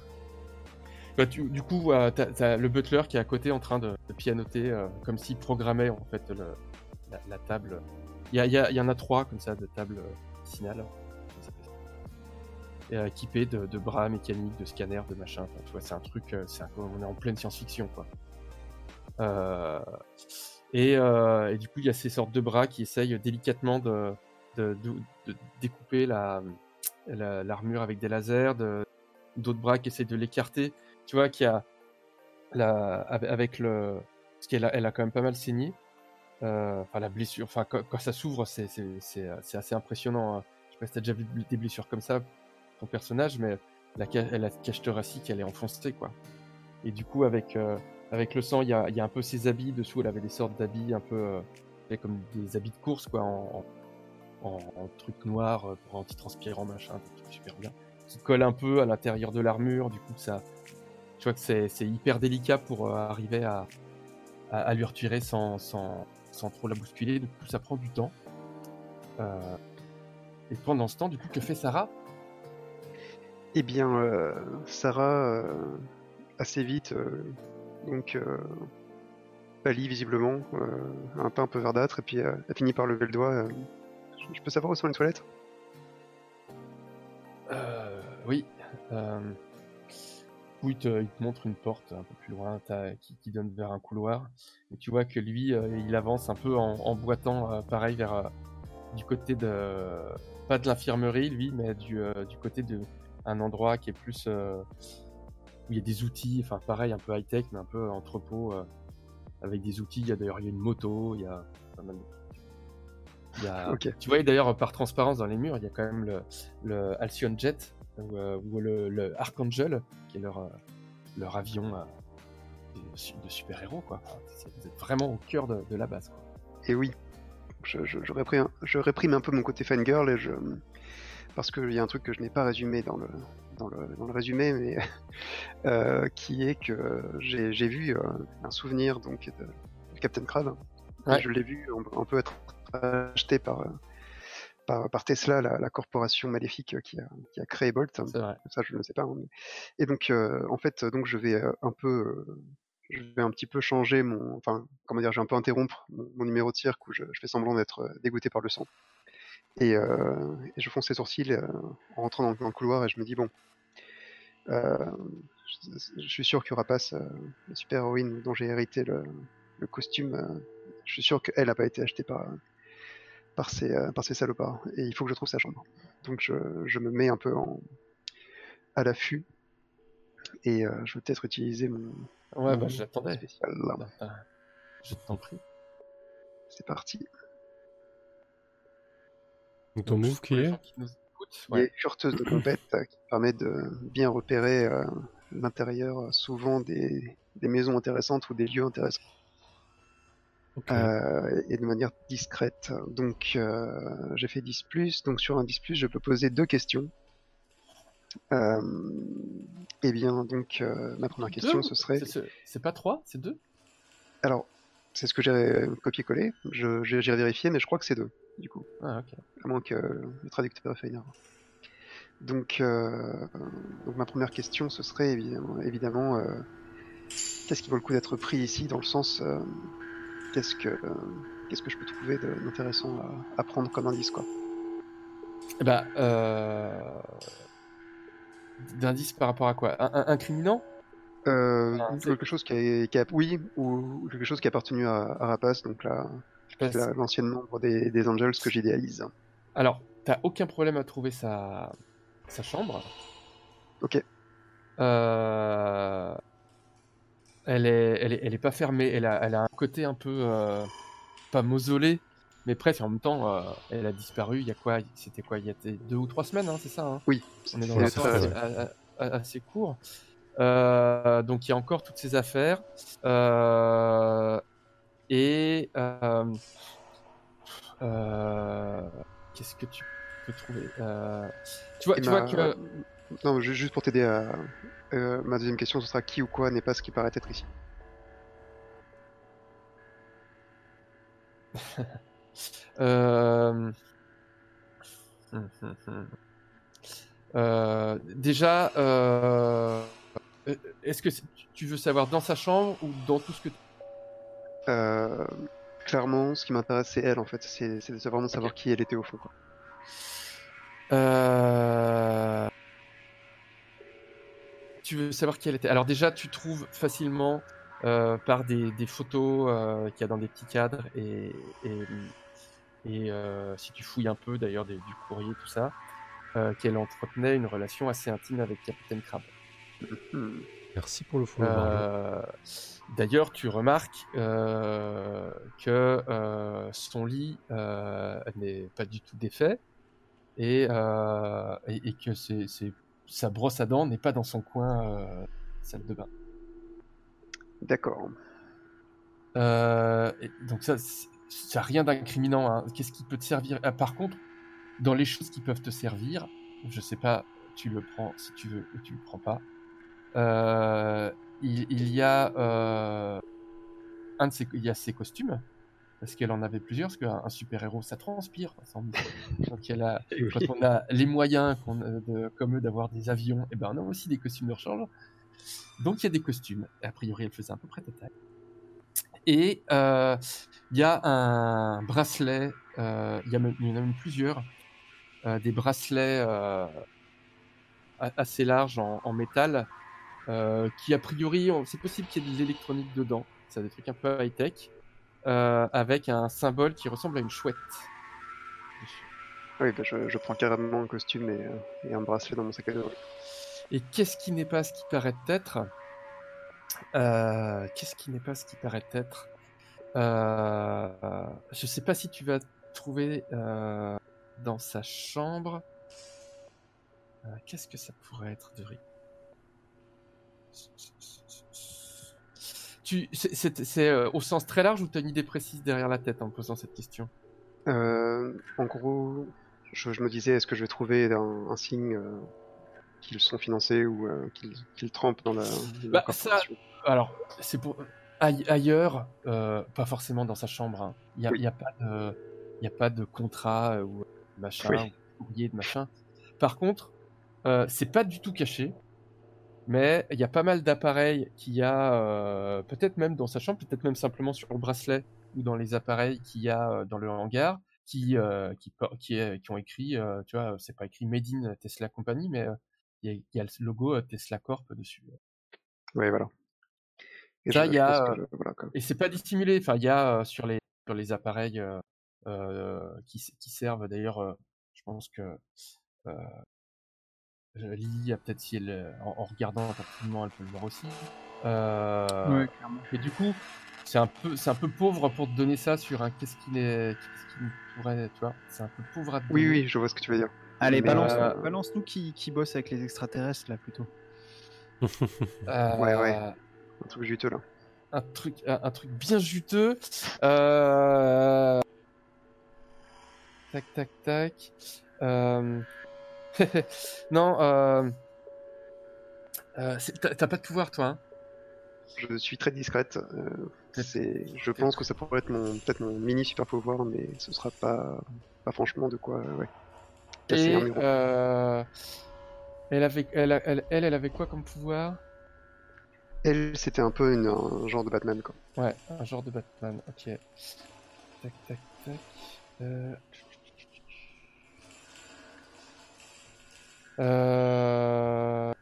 Bah, tu- du coup, euh, t'as, t'as le butler qui est à côté en train de, de pianoter, euh, comme s'il programmait en fait le, la, la table. Il y, a, il, y a, il y en a trois comme ça de tables euh, médicinales, comme ça s'appelle ça. Et, euh, équipées de, de bras mécaniques, de scanners, de machin. Enfin, tu vois, c'est un truc, euh, c'est un, on est en pleine science-fiction, quoi. Euh, et, euh, et du coup, il y a ces sortes de bras qui essayent délicatement de, de, de, de découper la, la, l'armure avec des lasers, de d'autres bras qui essaient de l'écarter. Tu vois qu'il y a la, avec le, parce qu'elle a, elle a quand même pas mal saigné. Euh, enfin la blessure, enfin quand, quand ça s'ouvre, c'est, c'est, c'est, c'est assez impressionnant. Hein. Je sais pas si t'as déjà vu des blessures comme ça, ton personnage, mais la, elle a cage thoracique, elle est enfoncée quoi. Et du coup avec euh, avec le sang, il y a, y a un peu ses habits dessous. Elle avait des sortes d'habits un peu euh, comme des habits de course quoi, en, en, en, en truc noir euh, pour antitranspirant machin, des trucs super bien, qui collent un peu à l'intérieur de l'armure. Du coup ça, tu vois que c'est, c'est hyper délicat pour euh, arriver à, à à lui retirer sans sans sans trop la bousculer, du coup ça prend du temps. Euh... Et pendant ce temps, du coup, que fait Sarah ?
Eh bien, euh, Sarah, euh, assez vite, euh, donc euh, pâlit visiblement, euh, un teint un peu verdâtre, et puis euh, elle finit par lever le doigt. Euh, je, je peux savoir où sont les toilettes ?
euh, Oui. Euh... Oui, il te, il te montre une porte un peu plus loin qui, qui donne vers un couloir. Et tu vois que lui, euh, il avance un peu en, en boitant, euh, pareil, vers euh, du côté de... Pas de l'infirmerie, lui, mais du, euh, du côté de un endroit qui est plus... Euh, où il y a des outils, enfin pareil, un peu high-tech, mais un peu entrepôt, euh, avec des outils. Il y a d'ailleurs il y a une moto, il y a pas mal de trucs. Il y a... Okay. Tu vois, d'ailleurs, par transparence dans les murs, il y a quand même le, le Halcyon Jet, ou, euh, ou le, le Archangel, qui est leur, euh, leur avion euh, de, de super-héros, quoi. Enfin, vous êtes vraiment au cœur de, de la base, quoi.
Et oui, je, je, je, réprime, je réprime un peu mon côté fangirl, et je... parce qu'il y a un truc que je n'ai pas résumé dans le, dans le, dans le résumé, mais euh, qui est que j'ai, j'ai vu euh, un souvenir donc, de, de Captain Crab. Ouais. Je l'ai vu, on, on peut être acheté par... Par, par Tesla, la, la corporation maléfique qui a, qui a créé Bolt. Ça, je ne sais pas. Hein. Et donc, euh, en fait, donc je vais un peu, euh, je vais un petit peu changer mon, enfin, comment dire, je vais un peu interrompre mon, mon numéro de cirque où je, je fais semblant d'être dégoûté par le sang. Et, euh, et je fonce les sourcils euh, en rentrant dans, dans le couloir et je me dis bon, euh, je, je suis sûr qu'il n'y aura pas ce, la super héroïne dont j'ai hérité le, le costume. Euh, je suis sûr qu'elle n'a pas été achetée par Par ces, euh, par ces salopards, et il faut que je trouve sa chambre. Donc je, je me mets un peu en, à l'affût, et euh, je vais peut-être utiliser mon.
Ouais,
mon
bah j'attendais.
Spécial, là.
Bah, je t'en prie.
C'est parti.
Donc ton move qui est
qui nous écoutent,
ouais. Il y a une furteuse de compète qui permet de bien repérer euh, l'intérieur, souvent des, des maisons intéressantes ou des lieux intéressants. Okay. Euh, et de manière discrète. Donc euh, j'ai fait dix plus, donc sur un dix plus je peux poser deux questions. Euh, et bien donc euh, ma première question
deux,
ce serait...
C'est, c'est pas trois, c'est deux ?
Alors c'est ce que j'ai copié-collé, je, j'ai, j'ai vérifié mais je crois que c'est deux du coup.
Ah ok.
À moins que le traducteur ait fait une erreur. Donc, euh, donc ma première question ce serait évidemment, évidemment euh, qu'est-ce qui vaut le coup d'être pris ici dans le sens... Euh, Qu'est-ce que, euh, qu'est-ce que je peux trouver de, d'intéressant à, à prendre comme indice, quoi ?
Eh ben, euh... d'indice par rapport à quoi ? Un, un, incriminant ?
euh, ah, Quelque chose qui a, qui a, oui, ou quelque chose qui a appartenu à, à Rapace, donc là, la, l'ancienne membre des, des Angels que j'idéalise.
Alors, t'as aucun problème à trouver sa, sa chambre.
Ok.
Euh... Elle est, elle est, elle est pas fermée. Elle a, elle a un côté un peu euh, pas mausolée, mais presque. En même temps, euh, elle a disparu. Il y a quoi ? C'était quoi ? Il y a deux ou trois semaines, hein, c'est ça hein
Oui.
On est dans le temps assez, ouais. assez court. Euh, donc il y a encore toutes ces affaires. Euh, et euh, euh, qu'est-ce que tu peux trouver euh, Tu vois, et tu ma... vois que
non, juste pour t'aider à euh, ma deuxième question, ce sera qui ou quoi n'est pas ce qui paraît être ici.
euh... euh... Déjà, euh... est-ce que tu veux savoir dans sa chambre ou dans tout ce que
euh... Clairement, ce qui m'intéresse, c'est elle, en fait. C'est, c'est vraiment de savoir okay. qui elle était au fond, quoi.
Euh... Tu veux savoir qui elle était. Alors déjà, tu trouves facilement euh, par des, des photos euh, qu'il y a dans des petits cadres et, et, et euh, si tu fouilles un peu, d'ailleurs, des, du courrier, tout ça, euh, qu'elle entretenait une relation assez intime avec Capitaine Crabbe.
Hmm.
Merci pour le follow, Mario.
Euh, D'ailleurs, tu remarques euh, que euh, son lit euh, n'est pas du tout défait et, euh, et, et que c'est, c'est, sa brosse à dents n'est pas dans son coin euh, salle de bain.
D'accord.
Euh, et donc ça, c'est- ça n'a rien d'incriminant. Hein. Qu'est-ce qui peut te servir? Ah, par contre, dans les choses qui peuvent te servir, je sais pas, tu le prends si tu veux ou tu le prends pas. Euh, il, il y a euh, un de ses, il y a ses costumes parce qu'elle en avait plusieurs parce qu'un un super-héros ça transpire sans doute. Donc elle a,
Eh oui.
quand on a les moyens qu'on a de, comme eux d'avoir des avions, et ben on a aussi des costumes de rechange. Donc il y a des costumes. Et a priori elle faisait à peu près ta taille. Et euh, il y a un bracelet, euh, il y, a même, il y en a même plusieurs, euh, des bracelets euh, assez larges en, en métal. Euh, qui a priori, on- c'est possible qu'il y ait de l'électronique dedans, c'est des trucs un peu high-tech, euh, avec un symbole qui ressemble à une chouette. dessus.
Oui, bah, je, je prends carrément un costume et, euh, et un bracelet dans mon sac à dos.
Et qu'est-ce qui n'est pas ce qui paraît être euh, Qu'est-ce qui n'est pas ce qui paraît être euh, Je sais pas si tu vas trouver euh, dans sa chambre. Euh, qu'est-ce que ça pourrait être de riz Tu, c'est, c'est, c'est euh, au sens très large ou tu as une idée précise derrière la tête en me posant cette question?
Euh, en gros, je, je me disais, est-ce que je vais trouver un, un signe euh, qu'ils sont financés ou euh, qu'ils qu'ils trempent dans la, la
Bah, ça,
corporation?
alors, c'est pour aille- ailleurs, euh, pas forcément dans sa chambre. hein. Il y a,
Oui.
il y a pas de, il y a pas de contrat euh, ou machin,
Oui.
ou courrier de machin. Par contre, euh, c'est pas du tout caché, mais il y a pas mal d'appareils qu'il y a, euh, peut-être même dans sa chambre, peut-être même simplement sur le bracelet ou dans les appareils qu'il y a euh, dans le hangar, qui, euh, qui, por- qui, est- qui ont écrit, euh, tu vois, c'est pas écrit Made in Tesla Company, mais euh, il y, a, il y a le logo euh, Tesla Corp dessus.
Oui, voilà. Et
Ça,
je,
il y
je pense
a,
que
euh,
je, voilà quoi.
et c'est pas dissimulé. Enfin, il y a euh, sur les sur les appareils euh, euh, qui s- qui servent d'ailleurs. euh, je pense que euh, Lily a peut-être si elle euh, en, en regardant attentivement, elle peut le voir aussi. Euh,
Ouais, clairement.
mais du coup, c'est un peu c'est un peu pauvre pour te donner ça sur un qu'est-ce qui n'est qu'est-ce qui pourrait, tu vois. C'est un peu pauvre à te
Oui,
donner.
oui, je vois ce que tu veux dire.
Allez,
Mais,
balance,
Euh,
euh,
balance-nous qui, qui bosse avec les extraterrestres là plutôt.
ouais, ouais,
euh,
un truc juteux là.
un truc un, un truc bien juteux. Euh... Tac tac tac. Euh... non, euh... euh, c'est- t'as t'as pas de pouvoir, toi, hein?
Je suis très discrète. euh,
T'es-
c'est, je
t'es-
pense que ça pourrait être mon, peut-être mon mini super pouvoir, mais ce sera pas, pas franchement de quoi, ouais, casser un
Et
mur.
euh... elle avait, elle, a- elle, elle, elle avait quoi comme pouvoir?
Elle, c'était un peu une- un genre de Batman, quoi.
Ouais, un genre de Batman. Ok. Tac tac tac. Euh... Euh...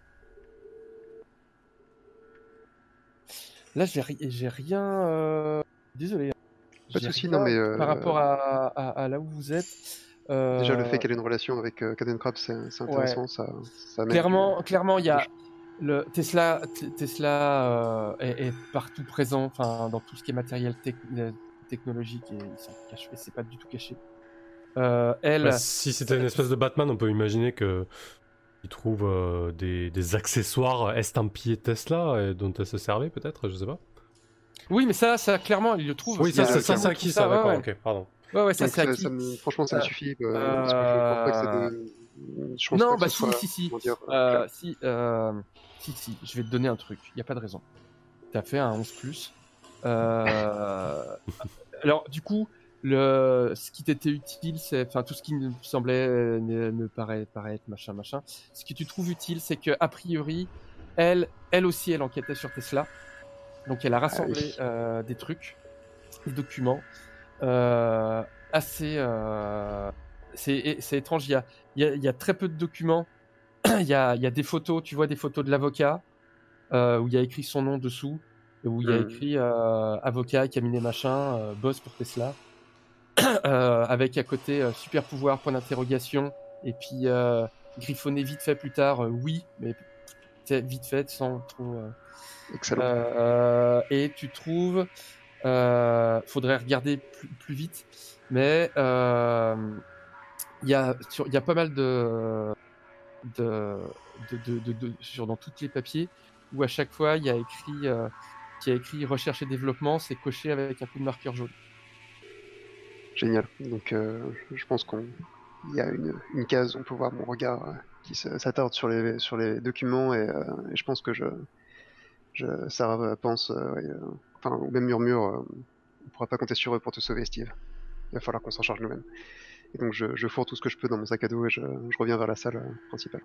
Là, j'ai ri- j'ai rien. euh, Désolé. hein.
Pas de
J'ai
souci,
rien
non, mais
par
euh,
rapport à, à, à là où vous êtes.
déjà le fait
Euh...
qu'elle ait une relation avec euh, Captain Crab, c'est, c'est
Ouais.
intéressant, ça, ça amène du,
Clairement, clairement, il y
de
a le Tesla. T- Tesla euh, est, est partout présent, enfin dans tout ce qui est matériel tec- euh, technologique et il s'en cache. Et c'est pas du tout caché. Euh, elle,
Bah, si c'était une espèce de Batman, on peut imaginer que il trouve euh, des, des accessoires estampillés Tesla et dont elle se servait peut-être, je sais pas.
oui, mais ça, ça clairement, il le trouve.
Oui,
Il y
ça,
a-
ça, ça
clairement,
c'est
il trouve
acquis, ça,
ouais,
d'accord,
ouais.
ok, pardon.
Ouais, ouais, ça
Donc
c'est
ça,
acquis.
ça me, franchement, ça me
Euh,
suffit, euh, parce que je pense pas que ça
euh,
de... Je pense
Non,
pas que
bah
ce
si,
soit,
si, si.
comment dire, euh,
Euh,
clair.
si, euh, si, si. Je vais te donner un truc. Il y a pas de raison. T'as fait un onze plus. Euh... Alors, du coup, le, ce qui t'était utile, c'est, enfin, tout ce qui me semblait euh, ne, ne paraît, paraître machin, machin. Ce que tu trouves utile, c'est que a priori, elle, elle aussi, elle enquêtait sur Tesla. Donc, elle a rassemblé
oui.
euh, des trucs, des documents euh, assez. Euh, c'est, c'est étrange. Il y a, il y a, il y a très peu de documents. il y a, il y a des photos. Tu vois des photos de l'avocat euh, où il y a écrit son nom dessous, où il y a
Hmm.
écrit euh, avocat, cabinet machin, euh, boss pour Tesla. Euh, avec à côté euh, super pouvoir point d'interrogation et puis euh, griffonner vite fait plus tard, euh, oui, mais vite fait, sans trop... Euh,
Excellent.
Euh, et tu trouves... Euh, faudrait regarder plus, plus vite, mais il euh, y, y a pas mal de... de, de, de, de, de sur, dans tous les papiers, où à chaque fois, il y a écrit... Euh, qui a écrit recherche et développement, c'est coché avec un coup de marqueur jaune.
Génial. Donc, euh, je pense qu'on il y a une, une case où on peut voir mon regard euh, qui s'attarde sur les sur les documents et, euh, et je pense que je, je Sarah pense, euh, ouais, euh, enfin, ou même murmure, euh, on pourra pas compter sur eux pour te sauver, Steve. Il va falloir qu'on s'en charge nous-mêmes. Et donc, je, je fourre tout ce que je peux dans mon sac à dos et je, je reviens vers la salle euh, principale.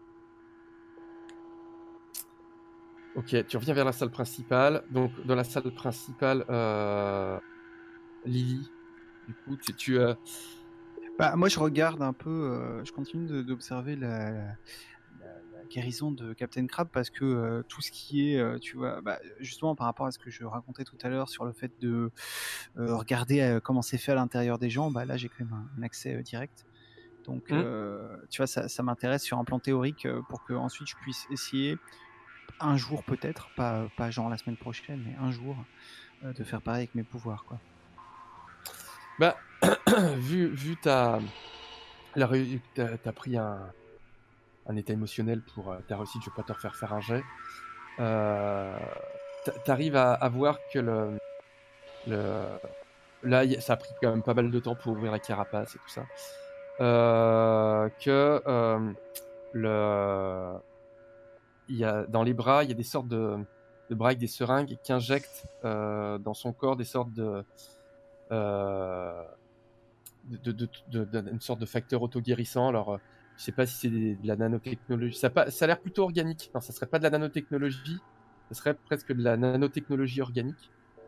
Ok, tu reviens vers la salle principale. Donc, dans la salle principale, euh... Lily, du coup, tu... tu euh...
bah, moi, je regarde un peu, euh, je continue de, d'observer la, la, la guérison de Captain Crab parce que euh, tout ce qui est, euh, tu vois, bah, justement par rapport à ce que je racontais tout à l'heure sur le fait de euh, regarder euh, comment c'est fait à l'intérieur des gens, bah, là, j'ai quand même un, un accès euh, direct. Donc, mmh. euh, tu vois, ça, ça m'intéresse sur un plan théorique euh, pour que ensuite je puisse essayer un jour peut-être, pas, pas genre la semaine prochaine, mais un jour, euh, de faire pareil avec mes pouvoirs, quoi.
Bah, vu, vu ta, la, t'as, t'as pris un, un état émotionnel pour euh, ta réussite, je vais pas te refaire faire un jet. Euh, t'arrives à, à voir que le, le, là, ça a pris quand même pas mal de temps pour ouvrir la carapace et tout ça. Euh, que euh, le, il y a dans les bras, il y a des sortes de, de bras avec des seringues qui injectent euh, dans son corps des sortes de Euh, de, de, de, de, une sorte de facteur auto-guérissant. Alors, euh, je sais pas si c'est des, de la nanotechnologie. Ça, pas, ça a l'air plutôt organique. Non, ça serait pas de la nanotechnologie. Ça serait presque de la nanotechnologie organique.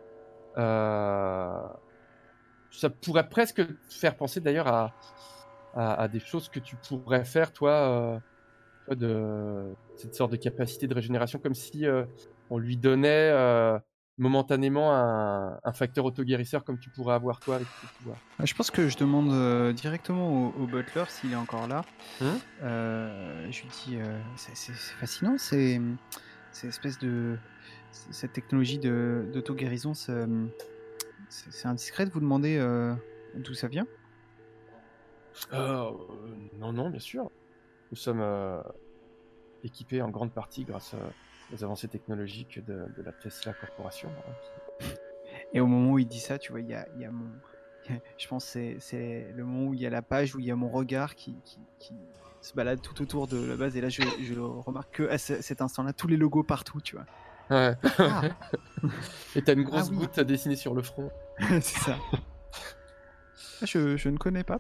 Euh, ça pourrait presque faire penser d'ailleurs à, à, à des choses que tu pourrais faire, toi, euh, toi de cette sorte de capacité de régénération, comme si euh, on lui donnait euh, momentanément un, un facteur auto-guérisseur comme tu pourrais avoir toi avec tes pouvoirs.
Je pense que je demande euh, directement au, au butler s'il est encore là.
Hum
euh, je lui dis, euh, c'est, c'est, c'est fascinant, c'est, c'est espèce de cette technologie de, d'auto-guérison. C'est, c'est, c'est indiscret de vous demander euh, d'où ça vient.
euh, Non, non, bien sûr. Nous sommes euh, équipés en grande partie grâce à aux avancées technologiques de, de la Tesla Corporation. Hein.
Et au moment où il dit ça, tu vois, il y a, il y a mon... Je pense que c'est, c'est le moment où il y a la page où il y a mon regard qui, qui, qui se balade tout autour de la base. Et là, je, je remarque que à cet instant-là, tous les logos partout, tu vois.
Ouais. Ah. Et t'as une grosse
ah, oui.
goutte dessinée sur le front.
C'est ça. Ah, je, je ne connais pas.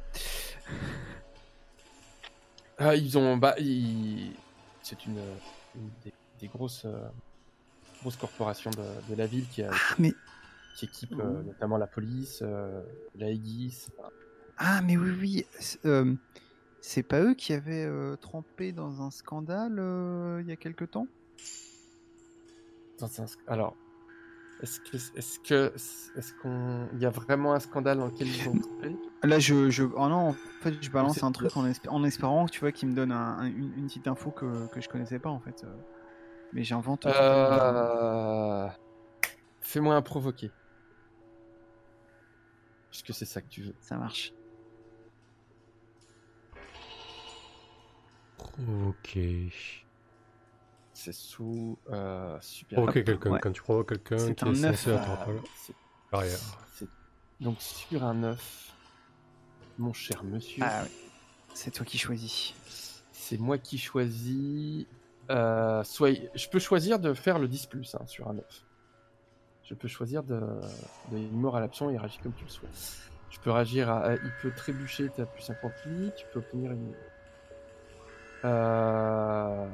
Ah, ils ont... Bah, ils... C'est une, une des, des grosses, euh, grosses corporations de, de la ville qui, a,
ah, mais...
qui équipe euh, notamment la police, euh, la Aegis. Enfin...
Ah, mais oui, oui. C'est, euh, c'est pas eux qui avaient euh, trempé dans un scandale euh, il y a quelque temps ?
Dans un... Alors, est-ce que, est-ce que, est-ce qu'on, il y a vraiment un scandale dans lequel ils ont trempé ?
Là, je, je, oh non, en fait, je balance un truc en, espé- en espérant, tu vois, qu'il me donne un, un, une, une petite info que, que je connaissais pas, en fait. Mais j'invente.
Euh... Fais-moi un provoqué. Puisque c'est ça que tu veux.
Ça marche.
Ok.
C'est sous euh, super.
Provoquer quelqu'un. Ouais. Quand tu provoques quelqu'un
c'est
qui
un
est
neuf,
censé être
euh,
arrière.
C'est... Donc sur un neuf, mon cher monsieur.
Ah oui. C'est toi qui choisis.
C'est moi qui choisis. Euh, soit... Je peux choisir de faire le dix plus hein, sur un neuf. Je peux choisir de, de une mort à l'absent et réagir comme tu le souhaites. Je peux réagir à... Il peut trébucher, t'as plus cinquante-huit, tu peux obtenir une... Euh...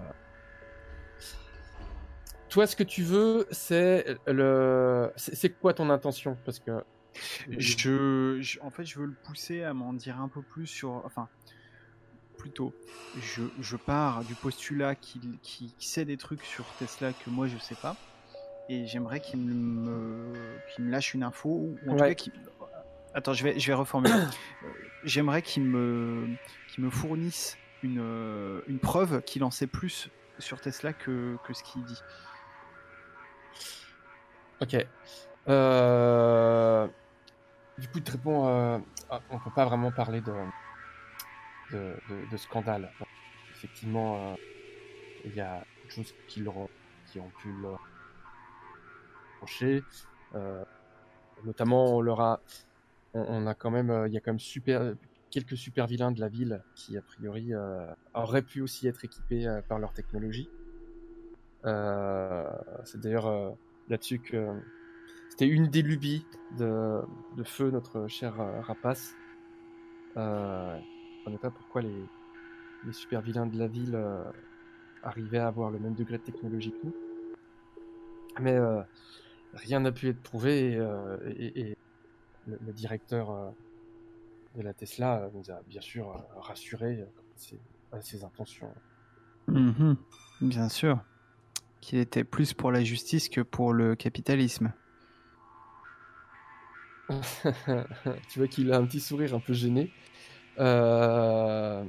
Toi, ce que tu veux, c'est le... C'est, c'est quoi ton intention ? Parce que...
Je, je... En fait, je veux le pousser à m'en dire un peu plus sur... Enfin... Plutôt, je, je pars du postulat qu'il, qu'il sait des trucs sur Tesla que moi je sais pas, et j'aimerais qu'il me, qu'il me lâche une info, ou en ouais. tout cas qu'il... Attends, je vais, je vais reformuler. J'aimerais qu'il me, qu'il me fournisse une, euh, une preuve qu'il en sait plus sur Tesla que, que ce qu'il dit.
Ok. Euh... Du coup, il te répond, euh... ah, on peut pas vraiment parler de, de, de, de scandale. Effectivement, euh, il y a des choses qui, le, qui ont pu le reprocher. Euh, notamment, on leur a, on, on a quand même, euh, il y a quand même super, quelques super vilains de la ville qui, a priori, euh, auraient pu aussi être équipés euh, par leur technologie. Euh, c'est d'ailleurs euh, là-dessus que c'était une des lubies de, de Feu, notre cher euh, rapace. Euh, je ne comprenais pas pourquoi les, les super vilains de la ville euh, arrivaient à avoir le même degré de technologie que nous. Mais euh, rien n'a pu être prouvé et, euh, et, et le, le directeur euh, de la Tesla nous a bien sûr euh, rassurés quant à ses, à ses intentions.
Mmh, bien sûr. Qu'il était plus pour la justice que pour le capitalisme.
Tu vois qu'il a un petit sourire un peu gêné. Euh...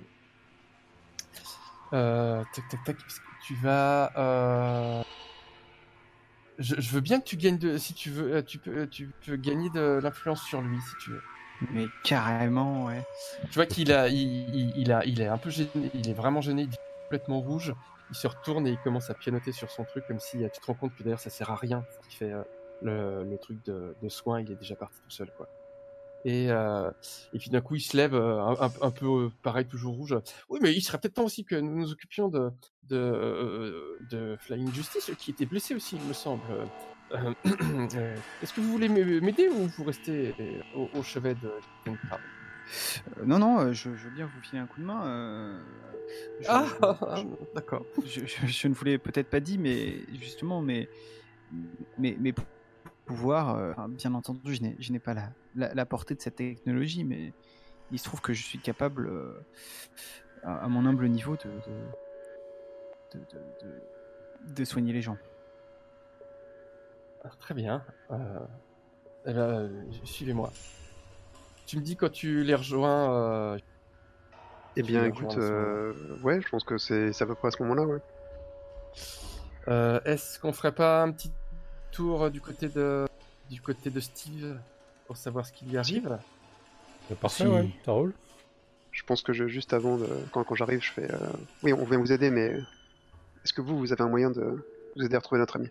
Euh... Tac, tac, tac. Tu vas... Euh... Je, je veux bien que tu gagnes de... Si tu veux, tu peux, tu peux gagner de l'influence sur lui, si tu veux.
Mais carrément, ouais.
Tu vois qu'il a, il, il, il a, il est un peu gêné, il est vraiment gêné, il est complètement rouge. Il se retourne et il commence à pianoter sur son truc comme si tu te rends compte que d'ailleurs ça sert à rien. Il fait euh, le, le truc de, de soin, il est déjà parti tout seul, quoi. Et, euh, et puis d'un coup il se lève euh, un, un, un peu euh, pareil, toujours rouge. Oui, mais il serait peut-être temps aussi que nous nous occupions de de, euh, de Flying Justice, qui était blessé aussi, il me semble. Euh, euh, est-ce que vous voulez m'aider ou vous restez au, au chevet de Kentra?
Euh, non, non, euh, je, je veux bien vous filer un coup de main. Euh, je,
ah,
je,
d'accord.
Je, je, je ne vous l'ai peut-être pas dit, mais justement, mes, mes, mes pouvoirs, euh, enfin, bien entendu, je n'ai, je n'ai pas la, la, la portée de cette technologie, mais il se trouve que je suis capable, euh, à, à mon humble niveau, de, de, de, de, de, de soigner les gens.
Alors, très bien. Euh, eh ben, euh, suivez-moi. Tu me dis quand tu les rejoins. Euh,
eh bien, écoute, euh, ouais, je pense que c'est, c'est à peu près à ce moment-là, ouais.
Euh, est-ce qu'on ferait pas un petit tour du côté de, du côté de Steve pour savoir ce qui lui arrive?
C'est parfait, si... ouais, ça roule.
Je pense que je, juste avant, de, quand, quand j'arrive, je fais. Euh... Oui, on vient vous aider, mais est-ce que vous, vous avez un moyen de vous aider à retrouver notre ami?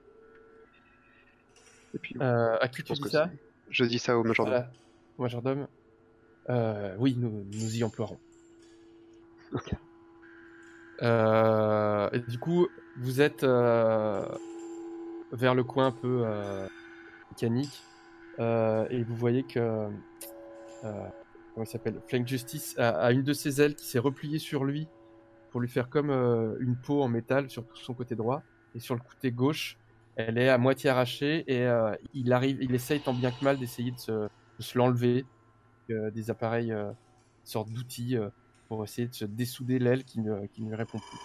Et puis, euh, à qui tu dis ça?
Je dis ça au majordome.
Voilà. Majordome. Euh, oui, nous, nous y emploierons.
Ok.
Euh, et du coup, vous êtes euh, vers le coin un peu euh, mécanique, euh, et vous voyez que euh, comment il s'appelle, Flying Justice a, a une de ses ailes qui s'est repliée sur lui pour lui faire comme euh, une peau en métal sur son côté droit, et sur le côté gauche, elle est à moitié arrachée, et euh, il arrive, il essaye tant bien que mal d'essayer de se, de se l'enlever, euh, des appareils, euh, sorte d'outils. Euh, pour essayer de se dessouder l'aile qui ne, qui ne lui répond plus.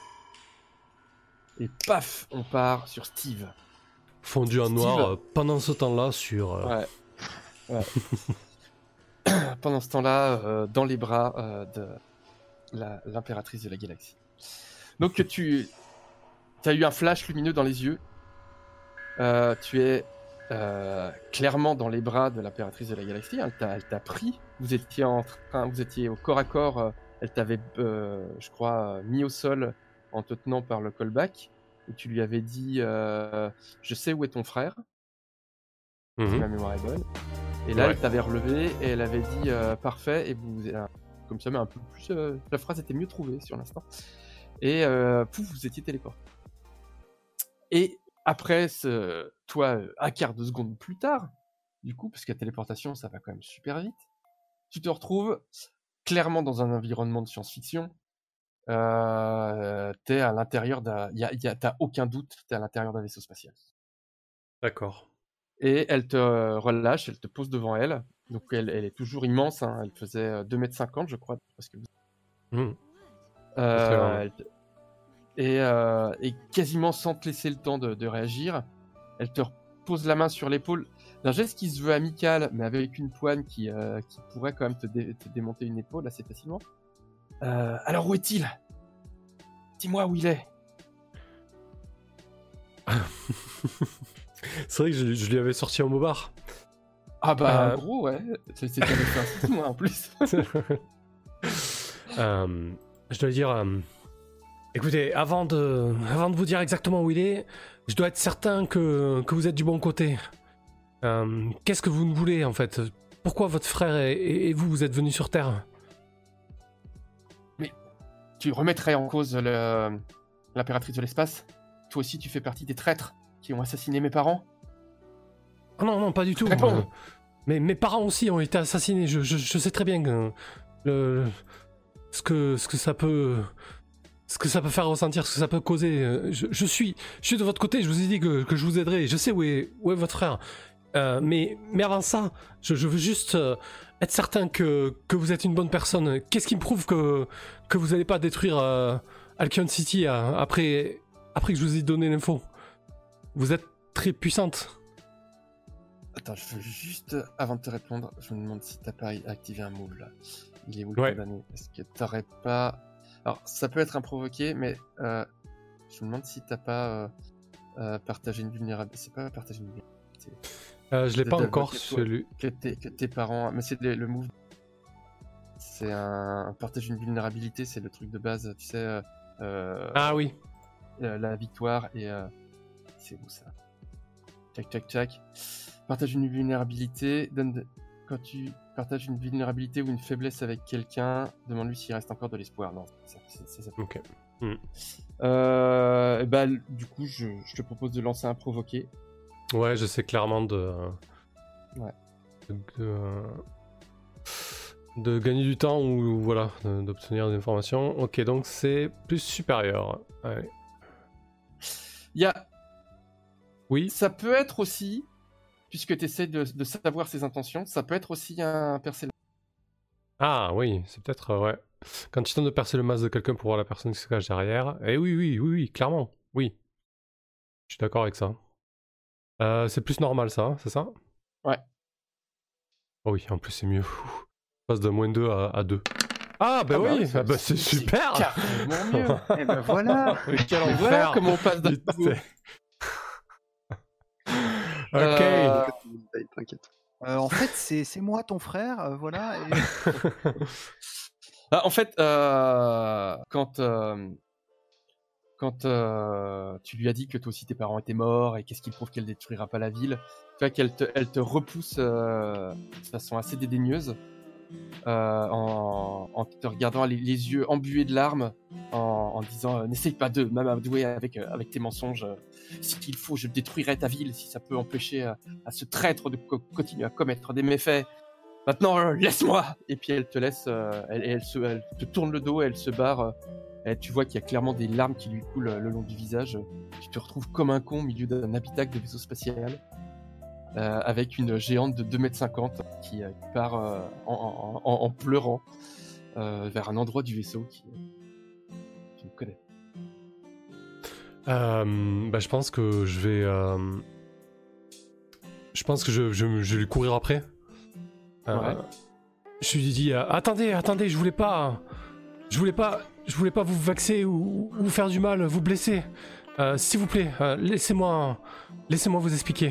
Et paf, on part sur Steve.
Fondu en noir euh, pendant ce temps-là sur... Euh...
Ouais. ouais. Pendant ce temps-là, euh, dans les bras euh, de la, l'impératrice de la galaxie. Donc tu as eu un flash lumineux dans les yeux. Euh, tu es euh, clairement dans les bras de l'impératrice de la galaxie. Elle t'a, elle t'a pris. Vous étiez, en train, vous étiez au corps à corps... Euh, elle t'avait, euh, je crois, mis au sol en te tenant par le callback, et tu lui avais dit euh, « Je sais où est ton frère mm-hmm. », si ma mémoire est bonne. Et là, ouais. Elle t'avait relevé et elle avait dit euh, « Parfait », et vous, euh, comme ça, mais un peu plus, euh, la phrase était mieux trouvée sur l'instant. Et euh, pouf, vous étiez téléporté. Et après, ce, toi, un quart de seconde plus tard, du coup, parce que la téléportation, ça va quand même super vite, tu te retrouves clairement dans un environnement de science-fiction. Euh, t'es à l'intérieur d'un... Y a, y a, t'as aucun doute, t'es à l'intérieur d'un vaisseau spatial.
D'accord.
Et elle te relâche, elle te pose devant elle. Donc elle, elle est toujours immense, hein. Elle faisait deux mètres cinquante, je crois. Parce que...
Mmh.
Euh, te... et, euh, et quasiment sans te laisser le temps de, de réagir, elle te pose la main sur l'épaule d'un geste qui se veut amical, mais avec une poigne qui, euh, qui pourrait quand même te, dé- te démonter une épaule assez facilement. Euh, alors où est-il ? dis-moi où il est.
C'est vrai que je, je lui avais sorti un mobard.
Ah bah,
Euh.
gros, ouais. C'est c'est fait un moi en plus.
Euh, je dois dire... euh, écoutez, avant de, avant de vous dire exactement où il est, je dois être certain que, que vous êtes du bon côté. Euh, Qu'est-ce que vous voulez, en fait? Pourquoi votre frère et, et vous, vous êtes venus sur Terre?
Tu remettrais en cause le- l'impératrice de l'espace? Toi aussi, tu fais partie des traîtres qui ont assassiné mes parents?
Oh non, non, pas du tout.
Réponds.
Euh, mais mes parents aussi ont été assassinés. Je, je, je sais très bien que, le, ce que ce que ça peut... Ce que ça peut faire ressentir, ce que ça peut causer. Euh, Je, je suis, je suis de votre côté, je vous ai dit que, que je vous aiderai. Je sais où est, où est votre frère. Euh, mais, mais avant ça, je, je veux juste euh, être certain que, que vous êtes une bonne personne. Qu'est-ce qui me prouve que, que vous n'allez pas détruire euh, Alcyon City euh, après, après que je vous ai donné l'info? Vous êtes très puissante.
Attends, je veux juste, avant de te répondre, je me demande si t'as pas activé un move là. Il est où le
Ouais.
condamné? Est-ce que t'aurais pas... Alors, ça peut être improvoqué, mais euh, je me demande si t'as pas euh, euh, partagé une vulnérabilité. C'est pas partager une vulnérabilité.
Euh, je l'ai
De-
pas
de-
encore,
de-
celui.
Que tes, que tes parents... Mais c'est le, le move... C'est un... Partage une vulnérabilité, c'est le truc de base, tu sais... euh, euh,
Ah oui.
euh, la victoire et... euh, C'est où ça? Tac, tac, tac. Partage une vulnérabilité. Donne de- Quand tu partages une vulnérabilité ou une faiblesse avec quelqu'un, demande-lui s'il reste encore de l'espoir. Non, c'est c'est- c'est ça.
Ok.
Euh, et bah, l- du coup, je, je te propose de lancer un provoqué.
Ouais, j'essaie clairement de.
Ouais.
De, de, de gagner du temps ou voilà, de- d'obtenir des informations. Ok, donc c'est plus supérieur. Ouais.
Il y a...
Oui.
Ça peut être aussi, puisque tu essaies de, de savoir ses intentions, ça peut être aussi un percer.
Ah oui, c'est peut-être euh, ouais. Quand tu tentes de percer le masque de quelqu'un pour voir la personne qui se cache derrière. Eh oui, oui, oui, oui, clairement. Oui. Je suis d'accord avec ça. Euh, c'est plus normal ça, hein, c'est ça?
Ouais.
Oh oui, en plus c'est mieux. Ouh. Je passe de moins deux à, à deux. Ah bah
Ah bah
oui,
oui,
ah bah, c'est super.
carrément mieux.
Et ben voilà.
Quel enfer.
Voilà comment on passe d'un
Putain.
niveau.
Ok.
Euh,
T'inquiète.
Euh, en fait, c'est c'est moi ton frère, euh, voilà. et-
Ah, en fait, euh, quand, euh, quand euh, tu lui as dit que toi aussi tes parents étaient morts et qu'est-ce qui prouve qu'elle détruira pas la ville, tu vois qu'elle te, elle te repousse euh, de façon assez dédaigneuse euh, en, en te regardant les, les yeux embués de larmes, en, en disant euh, n'essaye pas de m'amadouer avec, euh, avec tes mensonges. euh, S'il faut, je détruirai ta ville si ça peut empêcher euh, à ce traître de co- continuer à commettre des méfaits. Maintenant, euh, laisse-moi. Et puis elle te laisse, euh, elle, elle, se, elle te tourne le dos, elle se barre. euh, et tu vois qu'il y a clairement des larmes qui lui coulent euh, le long du visage. Tu te retrouves comme un con au milieu d'un habitacle de vaisseau spatial, euh, avec une géante de deux mètres cinquante qui, euh, qui part euh, en, en- en- en pleurant euh, vers un endroit du vaisseau qui, tu me connais.
Euh, bah, je pense que je vais. euh, Je pense que je, je, je vais lui courir après. Euh,
Ouais.
Je lui dis euh, attendez, attendez, je voulais pas. Je voulais pas. Je voulais pas vous vexer ou, ou vous faire du mal, vous blesser. Euh, S'il vous plaît, euh, laissez-moi. Laissez-moi vous expliquer.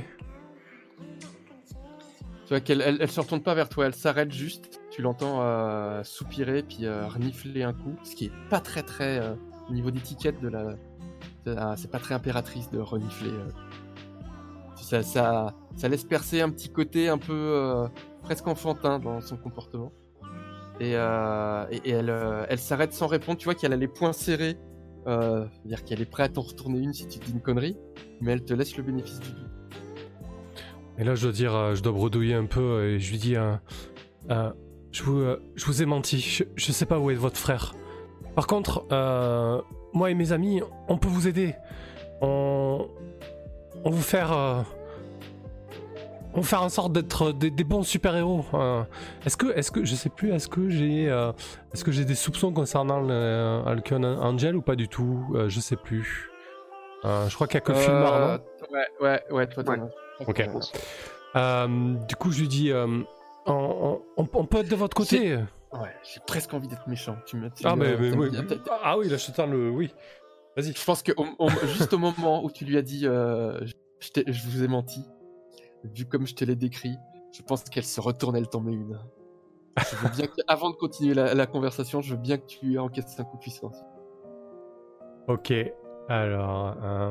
Tu vois qu'elle elle, elle se retourne pas vers toi, elle s'arrête juste. Tu l'entends euh, soupirer puis euh, renifler un coup, ce qui est pas très très euh, au niveau d'étiquette de la. de- ah, c'est pas très impératrice de renifler. euh. Ça, ça, ça laisse percer un petit côté un peu euh, presque enfantin dans son comportement. Et, euh, et, et elle, euh, elle s'arrête sans répondre. Tu vois qu'elle a les poings serrés, euh, c'est-à-dire qu'elle est prête à t'en retourner une si tu dis une connerie, mais elle te laisse le bénéfice du doute.
Et là, je dois dire, euh, je dois bredouiller un peu et je lui dis euh, euh, je, vous, euh, je vous ai menti, je, je sais pas où est votre frère. Par contre, euh, moi et mes amis, on peut vous aider. On, on vous faire. euh, on va faire en sorte d'être des, des bons super-héros. Euh, est-ce que, est-ce que, je sais plus, est-ce que j'ai, euh, est-ce que j'ai des soupçons concernant le, euh, Alcyon Angel ou pas du tout? Euh, Je sais plus. Euh, je crois qu'il y a que Fulmar, non?
Ouais, ouais, ouais, toi, t'en
Ouais.
as.
Ok.
Euh,
Euh, du coup, je lui dis, euh, on, on- on peut être de votre côté.
Ouais, j'ai presque envie d'être méchant. Tu me, tu
Ah,
me-
mais, mais
t'aimes
oui.
bien- t'a-
Ah oui, là, je te tends le. Oui. Vas-y.
Je pense que au, au, juste au moment où tu lui as dit euh, je, je, je vous ai menti, vu comme je te l'ai décrit, je pense qu'elle se retourne, elle t'en met une. Je veux bien que, avant de continuer la, la conversation, je veux bien que tu encaisses un coup de puissance.
Ok, alors... Euh...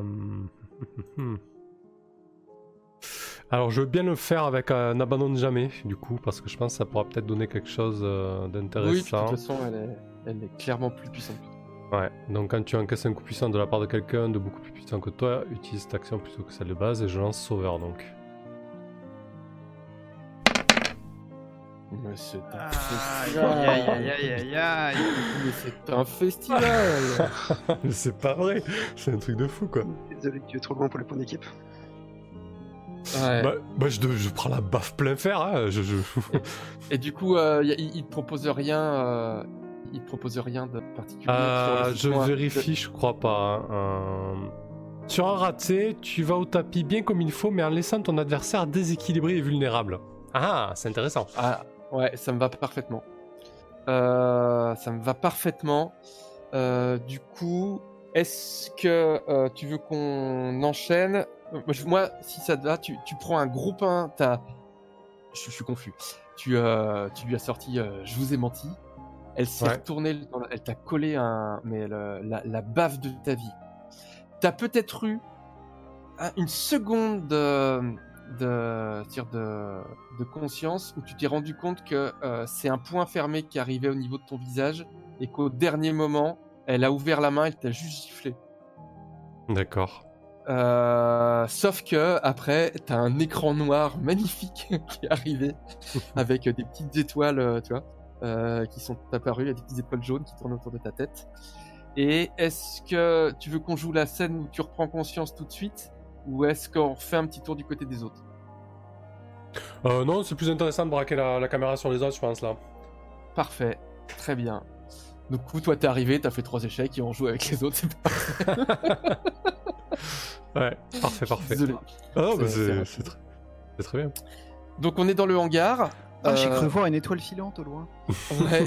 alors je veux bien le faire avec un n'abandonne jamais, du coup, parce que je pense que ça pourra peut-être donner quelque chose euh, d'intéressant.
Oui, puis de toute façon, elle est, elle est clairement plus puissante que toi.
Ouais, donc quand tu encaisses un coup puissant de la part de quelqu'un de beaucoup plus puissant que toi, utilise cette action plutôt que celle de base, et je lance sauveur donc.
Mais c'est un
Aïe,
festival.
aïe, aïe, aïe, aïe, aïe.
Mais c'est un festival.
Mais c'est pas vrai, c'est un truc de fou quoi.
Désolé, tu es trop loin pour le point d'équipe.
Ouais.
Bah, bah je, je prends la baffe plein fer, hein, je... je...
Et du coup, euh, y a, il, il te propose rien, euh, il te propose rien de particulier.
Euh,
sur
je
le
vérifie,
de...
je crois pas. Hein. Euh... Sur un raté, tu vas au tapis bien comme il faut, mais en laissant ton adversaire déséquilibré et vulnérable. Ah, c'est intéressant.
Ah, ouais, ça me va parfaitement. Euh, ça me va parfaitement. Euh, du coup, est-ce que euh, tu veux qu'on enchaîne ? Moi, si ça te va, tu, tu prends un groupe un, t'as... Je, je suis confus. Tu, euh, tu lui as sorti euh, je vous ai menti. Elle s'est
Ouais.
retournée, elle t'a collé un, mais le, la, la baffe de ta vie. T'as peut-être eu un, une seconde de, de, de, de conscience où tu t'es rendu compte que euh, c'est un point fermé qui arrivait au niveau de ton visage et qu'au dernier moment, elle a ouvert la main, elle t'a juste giflé.
D'accord.
Euh, sauf que après, t'as un écran noir magnifique qui est arrivé avec des petites étoiles, tu vois, euh, qui sont apparues, il y a des petites étoiles jaunes qui tournent autour de ta tête. Et est-ce que tu veux qu'on joue la scène où tu reprends conscience tout de suite, ou est-ce qu'on fait un petit tour du côté des autres ?
Euh, non, c'est plus intéressant de braquer la, la caméra sur les autres, je pense là.
Parfait, très bien. Du coup, toi, t'es arrivé, t'as fait trois échecs et on joue avec les autres. C'est parfait.
Ouais, parfait, parfait.
Désolé.
Ah non, mais
C'est-
c'est,
c'est
c'est, tr- c'est très bien.
Donc, on est dans le hangar.
Ah, j'ai
Euh,
cru voir une étoile filante au loin.
Ouais.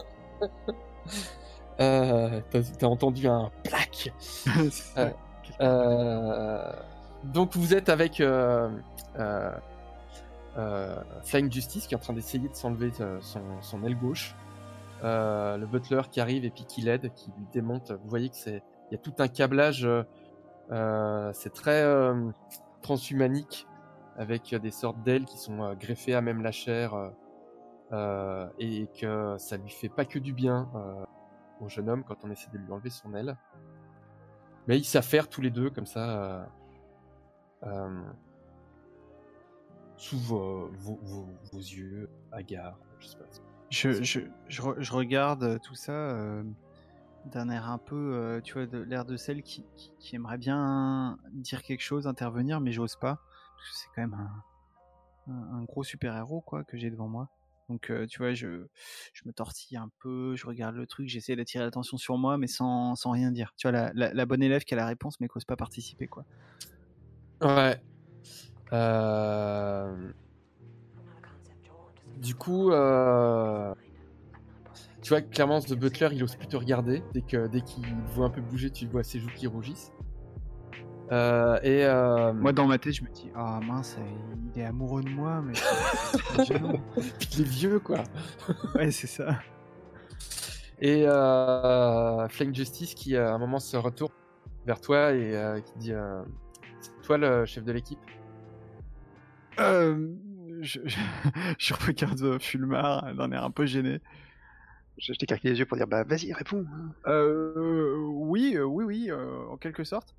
euh, t'as, t'as entendu un plaque. Euh, euh, donc vous êtes avec euh, euh, euh, Flying Justice qui est en train d'essayer de s'enlever euh, son, son aile gauche. Euh, le butler qui arrive et puis qui l'aide, qui lui démonte. Vous voyez que c'est, il y a tout un câblage. Euh, euh, c'est très euh, transhumanique avec des sortes d'ailes qui sont euh, greffées à même la chair euh, euh, et que ça lui fait pas que du bien euh, au jeune homme quand on essaie de lui enlever son aile. Mais ils s'affairent tous les deux comme ça euh, euh, sous vos, vos, vos, vos yeux hagards. Je sais pas.
Je, je, je, re- je regarde tout ça euh, d'un air un peu, euh, tu vois, de l'air de celle qui, qui, qui aimerait bien dire quelque chose, intervenir, mais j'ose pas. Parce que c'est quand même un, un, un gros super-héros, quoi, que j'ai devant moi. Donc, euh, tu vois, je, je me tortille un peu, je regarde le truc, j'essaie d'attirer l'attention sur moi, mais sans, sans rien dire. Tu vois, la, la, la bonne élève qui a la réponse, mais qui n'ose pas participer, quoi.
Ouais. Euh... Du coup, euh... tu vois, clairement, The Butler, il ose plus te regarder. Dès que dès qu'il voit un peu bouger, tu vois ses joues qui rougissent. Euh, et euh...
Moi, dans ma tête, je me dis, ah mince, il est amoureux de moi, mais c'est gênant.
il est vieux, quoi.
Ouais, c'est ça.
Et euh... Flame Justice qui, à un moment, se retourne vers toi et euh, qui dit euh... c'est toi le chef de l'équipe?
Euh, je, je, je regarde Fulmar d'un air un peu gêné.
Je, je t'écarquille les yeux pour dire bah vas-y, réponds.
Euh, oui, euh, oui, oui, euh, en quelque sorte.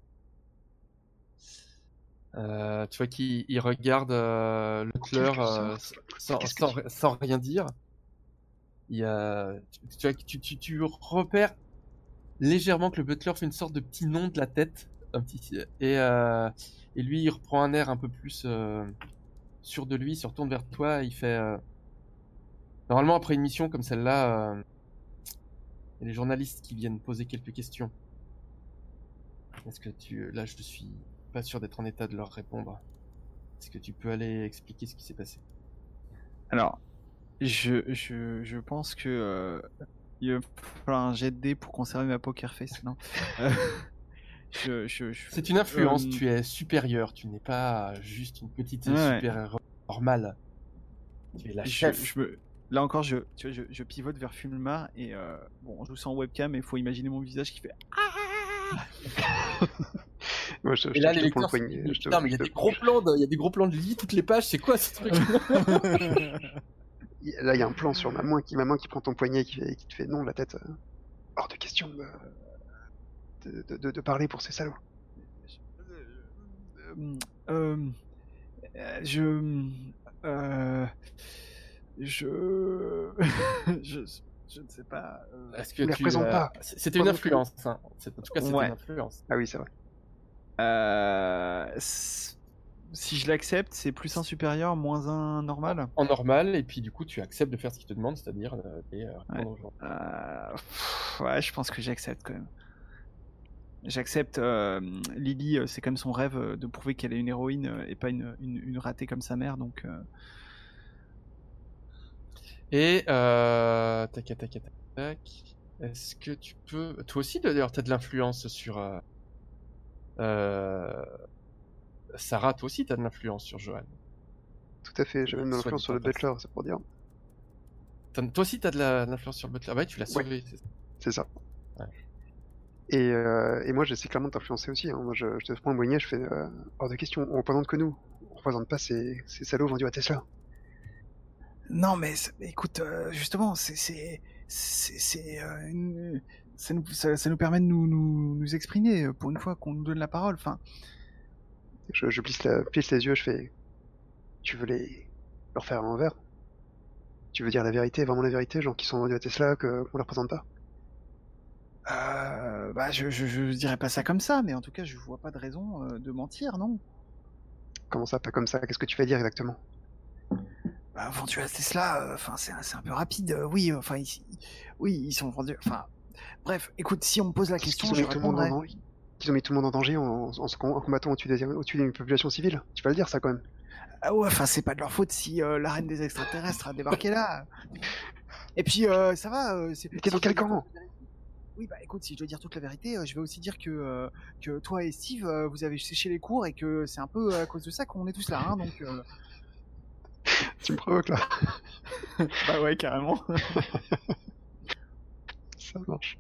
Euh, tu vois qu'il il regarde euh, le Butler euh, sans, sans, sans rien dire. Il y a, tu, tu, vois, tu, tu, tu repères légèrement que le Butler fait une sorte de petit nom de la tête, un petit, et, euh, et lui il reprend un air un peu plus euh, sûr de lui, il se retourne vers toi, il fait. Euh... Normalement après une mission comme celle-là, euh, il y a les journalistes qui viennent poser quelques questions. Est-ce que tu, là je suis pas sûr d'être en état de leur répondre. Est-ce que tu peux aller expliquer ce qui s'est passé?
Alors, je, je, je pense que euh, il va falloir un jet de dés pour conserver ma poker face, non euh, je, je, je-
C'est une influence,
euh,
tu es supérieur, tu n'es pas juste une petite
Ouais.
supérieure normale. Tu es la
je,
chef.
je me... Là encore, je, tu vois, je, je pivote vers Fulmar et euh, bon, je joue ça en webcam, mais il faut imaginer mon visage qui fait.
Moi, je, je
Et
te-
là,
je
les
te prends le
lecteurs se
poignet.
disent, mais
je te-
putain, mais il y a
je te-
des gros plans, de- il y a des gros plans de Lily, toutes les pages, c'est quoi ce truc?
Là, il y a un plan sur ma main qui, ma main qui prend ton poignet et qui, fait- qui te fait non, la tête. euh, hors de question de, de, de- de- de parler pour ces salauds.
Euh, euh, euh, je. Euh, je. je. Je ne sais pas. euh,
Est-ce que
On les
tu,
représente
euh,
pas.
C'était
Pas
une
non plus.
influence, hein. C'est- En tout cas, c'était
Ouais.
une influence.
Ah oui, c'est vrai.
euh, s- si je l'accepte, c'est plus un supérieur, moins un normal.
En normal, et puis du coup, tu acceptes de faire ce qu'il te demande, c'est-à-dire euh, et, euh, répondre aux gens.
Euh, pff, ouais, je pense que j'accepte quand même. J'accepte. euh, Lily, euh, c'est comme son rêve euh, de prouver qu'elle est une héroïne euh, et pas une, une, une ratée comme sa mère, donc. euh,
Et euh, tac, tac, tac, tac, tac. Est-ce que tu peux, toi aussi d'ailleurs, t'as de l'influence sur euh... Euh... Sarah, toi aussi t'as de l'influence sur Johan.
Tout à fait. J'ai même de
Soit
l'influence
dit
sur le
en passant.
butler, c'est pour dire.
T'as- Toi aussi t'as de la- de l'influence sur le butler. Ah ouais, tu l'as sauvé. c'est ça.
C'est ça.
Ouais.
Et, euh, et moi, j'essaie clairement de t'influencer aussi. Hein. Moi, je, je te prends le poignet, je fais euh, hors de question. On représente que nous. On représente pas ces, ces salauds vendus à Tesla.
Non, mais c'est- écoute, euh, justement, c'est c'est c'est c'est, euh, une- ça nous ça, ça nous permet de nous, nous nous exprimer euh, pour une fois qu'on nous donne la parole. Enfin,
Je, je plisse, la, plisse les yeux, je fais. Tu veux les leur faire à l'envers? Tu veux dire la vérité, vraiment la vérité, gens qui sont vendus à Tesla, que qu'on les représente pas?
euh, bah je, je je dirais pas ça comme ça, mais en tout cas, je vois pas de raison euh, de mentir, non.
Comment ça, pas comme ça? Qu'est-ce que tu vas dire exactement?
Bah, vendu à Tesla, enfin c'est un- c'est un peu rapide. euh, oui, enfin ils, oui, ils sont vendus. Enfin, bref, écoute, si on me pose la
Qu'ils
question,
ont
je
mis tout le monde en
répondrai.
danger. Qu'ils ont mis tout le monde en danger en, en, se com- en combattant au-dessus des- au-dessus d'une population civile. Tu vas le dire ça quand même.
Ah ouais, enfin c'est pas de leur faute si euh, la reine des extraterrestres a débarqué là. Et puis euh, ça va. Euh, c'est-
Mais t'es
si
dans
je dois
quel
dire
camp?
toute la vérité- Oui, bah écoute, si je dois dire toute la vérité, euh, je vais aussi dire que euh, que toi et Steve, euh, vous avez séché les cours et que c'est un peu à cause de ça qu'on est tous là, hein, donc. euh,
Tu me provoques là.
Bah ouais, carrément.
Ça marche.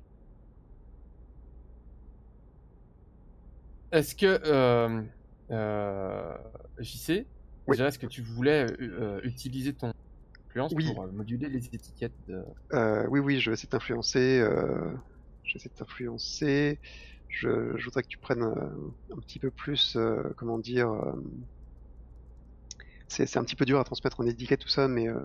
Est-ce que euh, euh, J C,
Oui.
déjà, est-ce que tu voulais euh, euh, utiliser ton influence
Oui.
pour euh, moduler les étiquettes de...
Euh, oui, oui, je vais essayer de t'influencer. Euh, je vais essayer de t'influencer. Je, je voudrais que tu prennes euh, un petit peu plus, euh, comment dire. euh, c'est, c'est un petit peu dur à transmettre en étiquette tout ça, mais euh,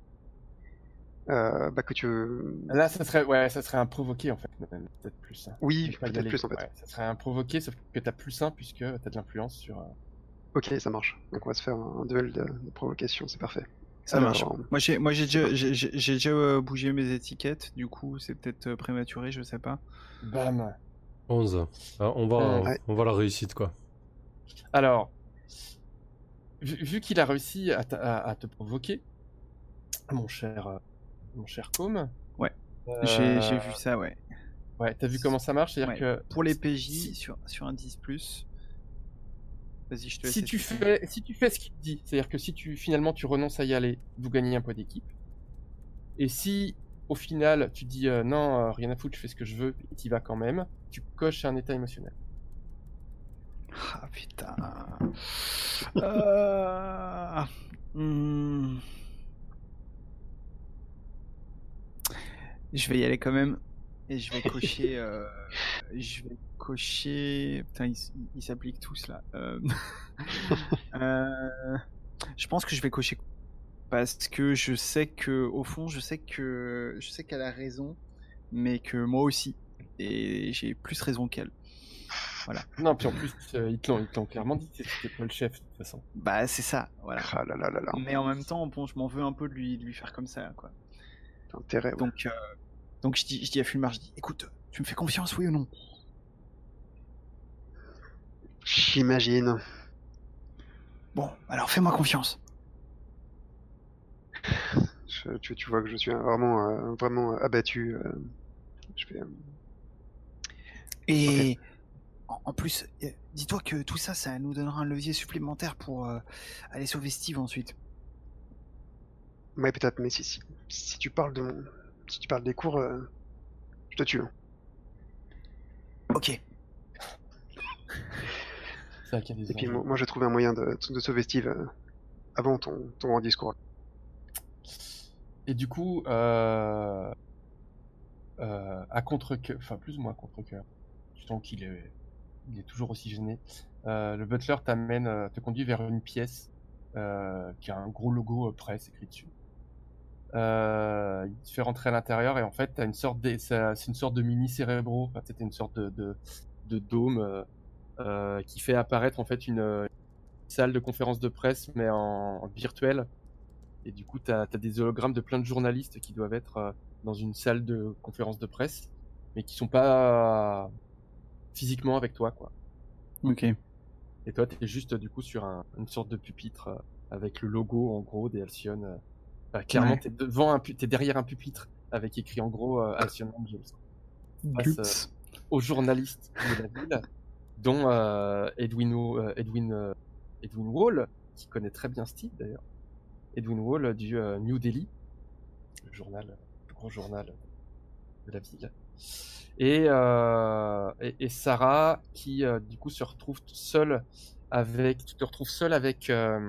euh, bah que tu.
Là, ça serait, ouais, ça serait un provoqué en fait, même, peut-être plus. Hein.
Oui,
Pas y
peut-être
aller.
plus en fait.
Ouais, ça serait un provoqué, sauf que t'as plus un puisque t'as de l'influence sur. euh,
Ok, ça marche. Donc on va se faire un, un duel de, de provocation, c'est parfait.
Ça
Alors,
marche. Moi j'ai moi j'ai déjà j'ai j'ai- j'ai déjà euh, bougé mes étiquettes, du coup c'est peut-être euh, prématuré, je sais pas.
Bam.
onze. Ah, on, va,
Ouais.
on va la réussite, quoi.
Alors, vu, vu qu'il a réussi à, t'a- à- à te provoquer, mon cher, euh, mon cher Com.
Ouais.
euh,
J'ai j'ai vu ça, ouais.
Ouais, t'as vu comment ça marche, c'est-à-dire
Ouais.
que
Pour les P J
si-
sur sur un dix plus. Vas-y, je te laisse.
si tu
expliquer.
fais, si tu fais ce qu'il te dit, c'est-à-dire que si tu finalement tu renonces à y aller, vous gagnez un point d'équipe. Et si au final tu dis euh, non, euh, rien à foutre, je fais ce que je veux, et t'y vas quand même, tu coches un état émotionnel.
Ah putain. euh... hmm. Je vais y aller quand même et je vais cocher. euh, Je vais cocher. Putain, ils s- ils s'appliquent tous là. Euh... euh, Je pense que je vais cocher parce que je sais que au fond, je sais que je sais qu'elle a raison, mais que moi aussi et j'ai plus raison qu'elle.
Non, puis en plus, euh, ils te l'ont ils te l'ont clairement dit, c'est c'était pas le chef de toute façon.
Bah c'est ça, voilà.
ah là là là là.
Mais en même temps, bon, je m'en veux un peu de lui, de lui faire comme ça, quoi.
T'as intérêt. Ouais.
Donc, euh, donc je dis, je dis à Fulmar, je dis, écoute, tu me fais confiance, oui ou non?
J'imagine.
Bon, alors fais-moi confiance.
Je- tu, tu vois que je suis vraiment, euh, vraiment abattu. euh, je fais. euh,
Et En, en plus, euh, dis-toi que tout ça, ça nous donnera un levier supplémentaire pour euh, aller sauver Steve ensuite.
Ouais, peut-être, mais si, si, si tu parles de mon... Si tu parles des cours, euh, je te tue. Hein.
Ok.
C'est vrai qu'il y a des
Et puis
enjeux.
moi, moi, j'ai trouvé un moyen de, de sauver Steve euh, avant ton, ton grand discours.
Et du coup, euh, euh, à contre-cœur, enfin plus ou moins à contre-cœur, tu sens qu'il est, il est toujours aussi gêné. Euh, le butler t'amène, euh, te conduit vers une pièce euh, qui a un gros logo euh, presse écrit dessus. Euh, il te fait rentrer à l'intérieur et en fait, t'as une sorte de, c'est c'est une sorte de mini cérébro. Enfin, c'était une sorte de, de, de dôme euh, euh, qui fait apparaître en fait une, une salle de conférence de presse mais en, en virtuel. Et du coup, t'as as des hologrammes de plein de journalistes qui doivent être euh, dans une salle de conférence de presse, mais qui sont pas euh, physiquement avec toi, quoi.
Ok.
Et toi, t'es juste du coup sur un, une sorte de pupitre euh, avec le logo en gros des Halcyon. Euh, enfin, clairement,
Ouais.
t'es devant un, pu- t'es derrière un pupitre avec écrit en gros euh, Halcyon Angels. Face euh,
Guts.
aux journalistes de la ville, dont euh, Edwin, Wo- euh, Edwin, euh, Edwin Wall, qui connaît très bien Steve d'ailleurs. Edwin Wall du euh, New Delhi, le journal, le plus gros journal de la ville. Et, euh, et, et Sarah qui euh, du coup se retrouve seule avec, tu te retrouves seule avec euh,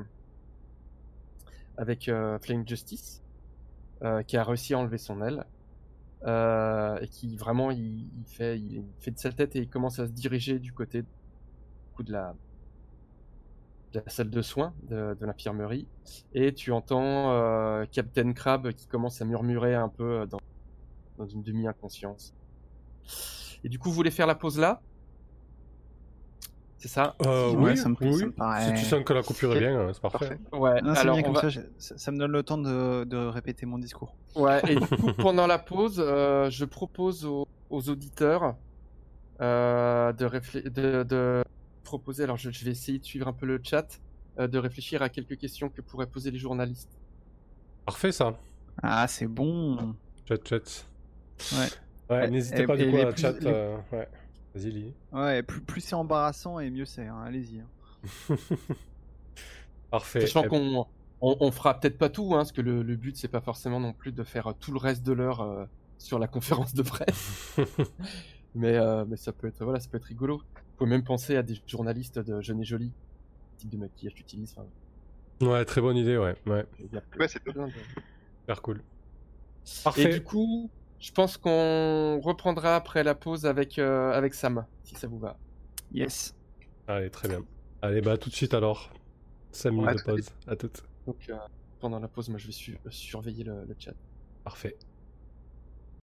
avec euh, Flame Justice, euh, qui a réussi à enlever son aile. Euh, et qui vraiment il, il fait il fait de sa tête et il commence à se diriger du côté du coup, de la de la salle de soins de, de l'infirmerie et tu entends euh, Captain Crab qui commence à murmurer un peu dans, dans une demi-inconscience. Et du coup, vous voulez faire la pause là? C'est ça?
Euh,
Ouais,
oui,
ça me-
oui.
ça me paraît-
Si tu sens que la coupure est
Ok.
bien, euh, c'est parfait.
Parfait.
Ouais,
Non, c'est
alors
bien
on
comme
va...
ça, je- ça, ça me donne le temps de, de répéter mon discours.
Ouais, et du coup, pendant la pause, euh, je propose aux, aux auditeurs euh, de, réflé- de, de proposer, alors je, je vais essayer de suivre un peu le chat, euh, de réfléchir à quelques questions que pourraient poser les journalistes.
Parfait, ça.
Ah, c'est bon.
Chat, chat.
Ouais.
Ouais,
Et-
n'hésitez
et-
pas du
et
coup
les
à
plus-
chat.
les-
euh, Ouais, vas-y, Lily.
Ouais, plus, plus c'est embarrassant et mieux c'est. Hein. Allez-y. Hein.
Parfait.
Sachant
Eh-
qu'on on, on fera peut-être pas tout, hein, parce que le, le but c'est pas forcément non plus de faire euh, tout le reste de l'heure euh, sur la conférence de presse, mais euh, mais ça peut être voilà, ça peut être rigolo. Vous pouvez même penser à des journalistes de Jeune et Jolie, type de maquillage que tu utilises. Enfin,
Ouais, très bonne idée, ouais. Ouais,
il y a
Ouais, c'est
plein de-
super cool.
Et
Parfait.
du coup, je pense qu'on reprendra après la pause avec euh, avec Sam, si ça vous va.
Yes.
Allez, très bien. Allez, bah tout de suite alors. cinq minutes
Ouais,
de
très
pause. À toutes.
Donc euh, pendant la pause, moi je vais su- surveiller le, le chat.
Parfait.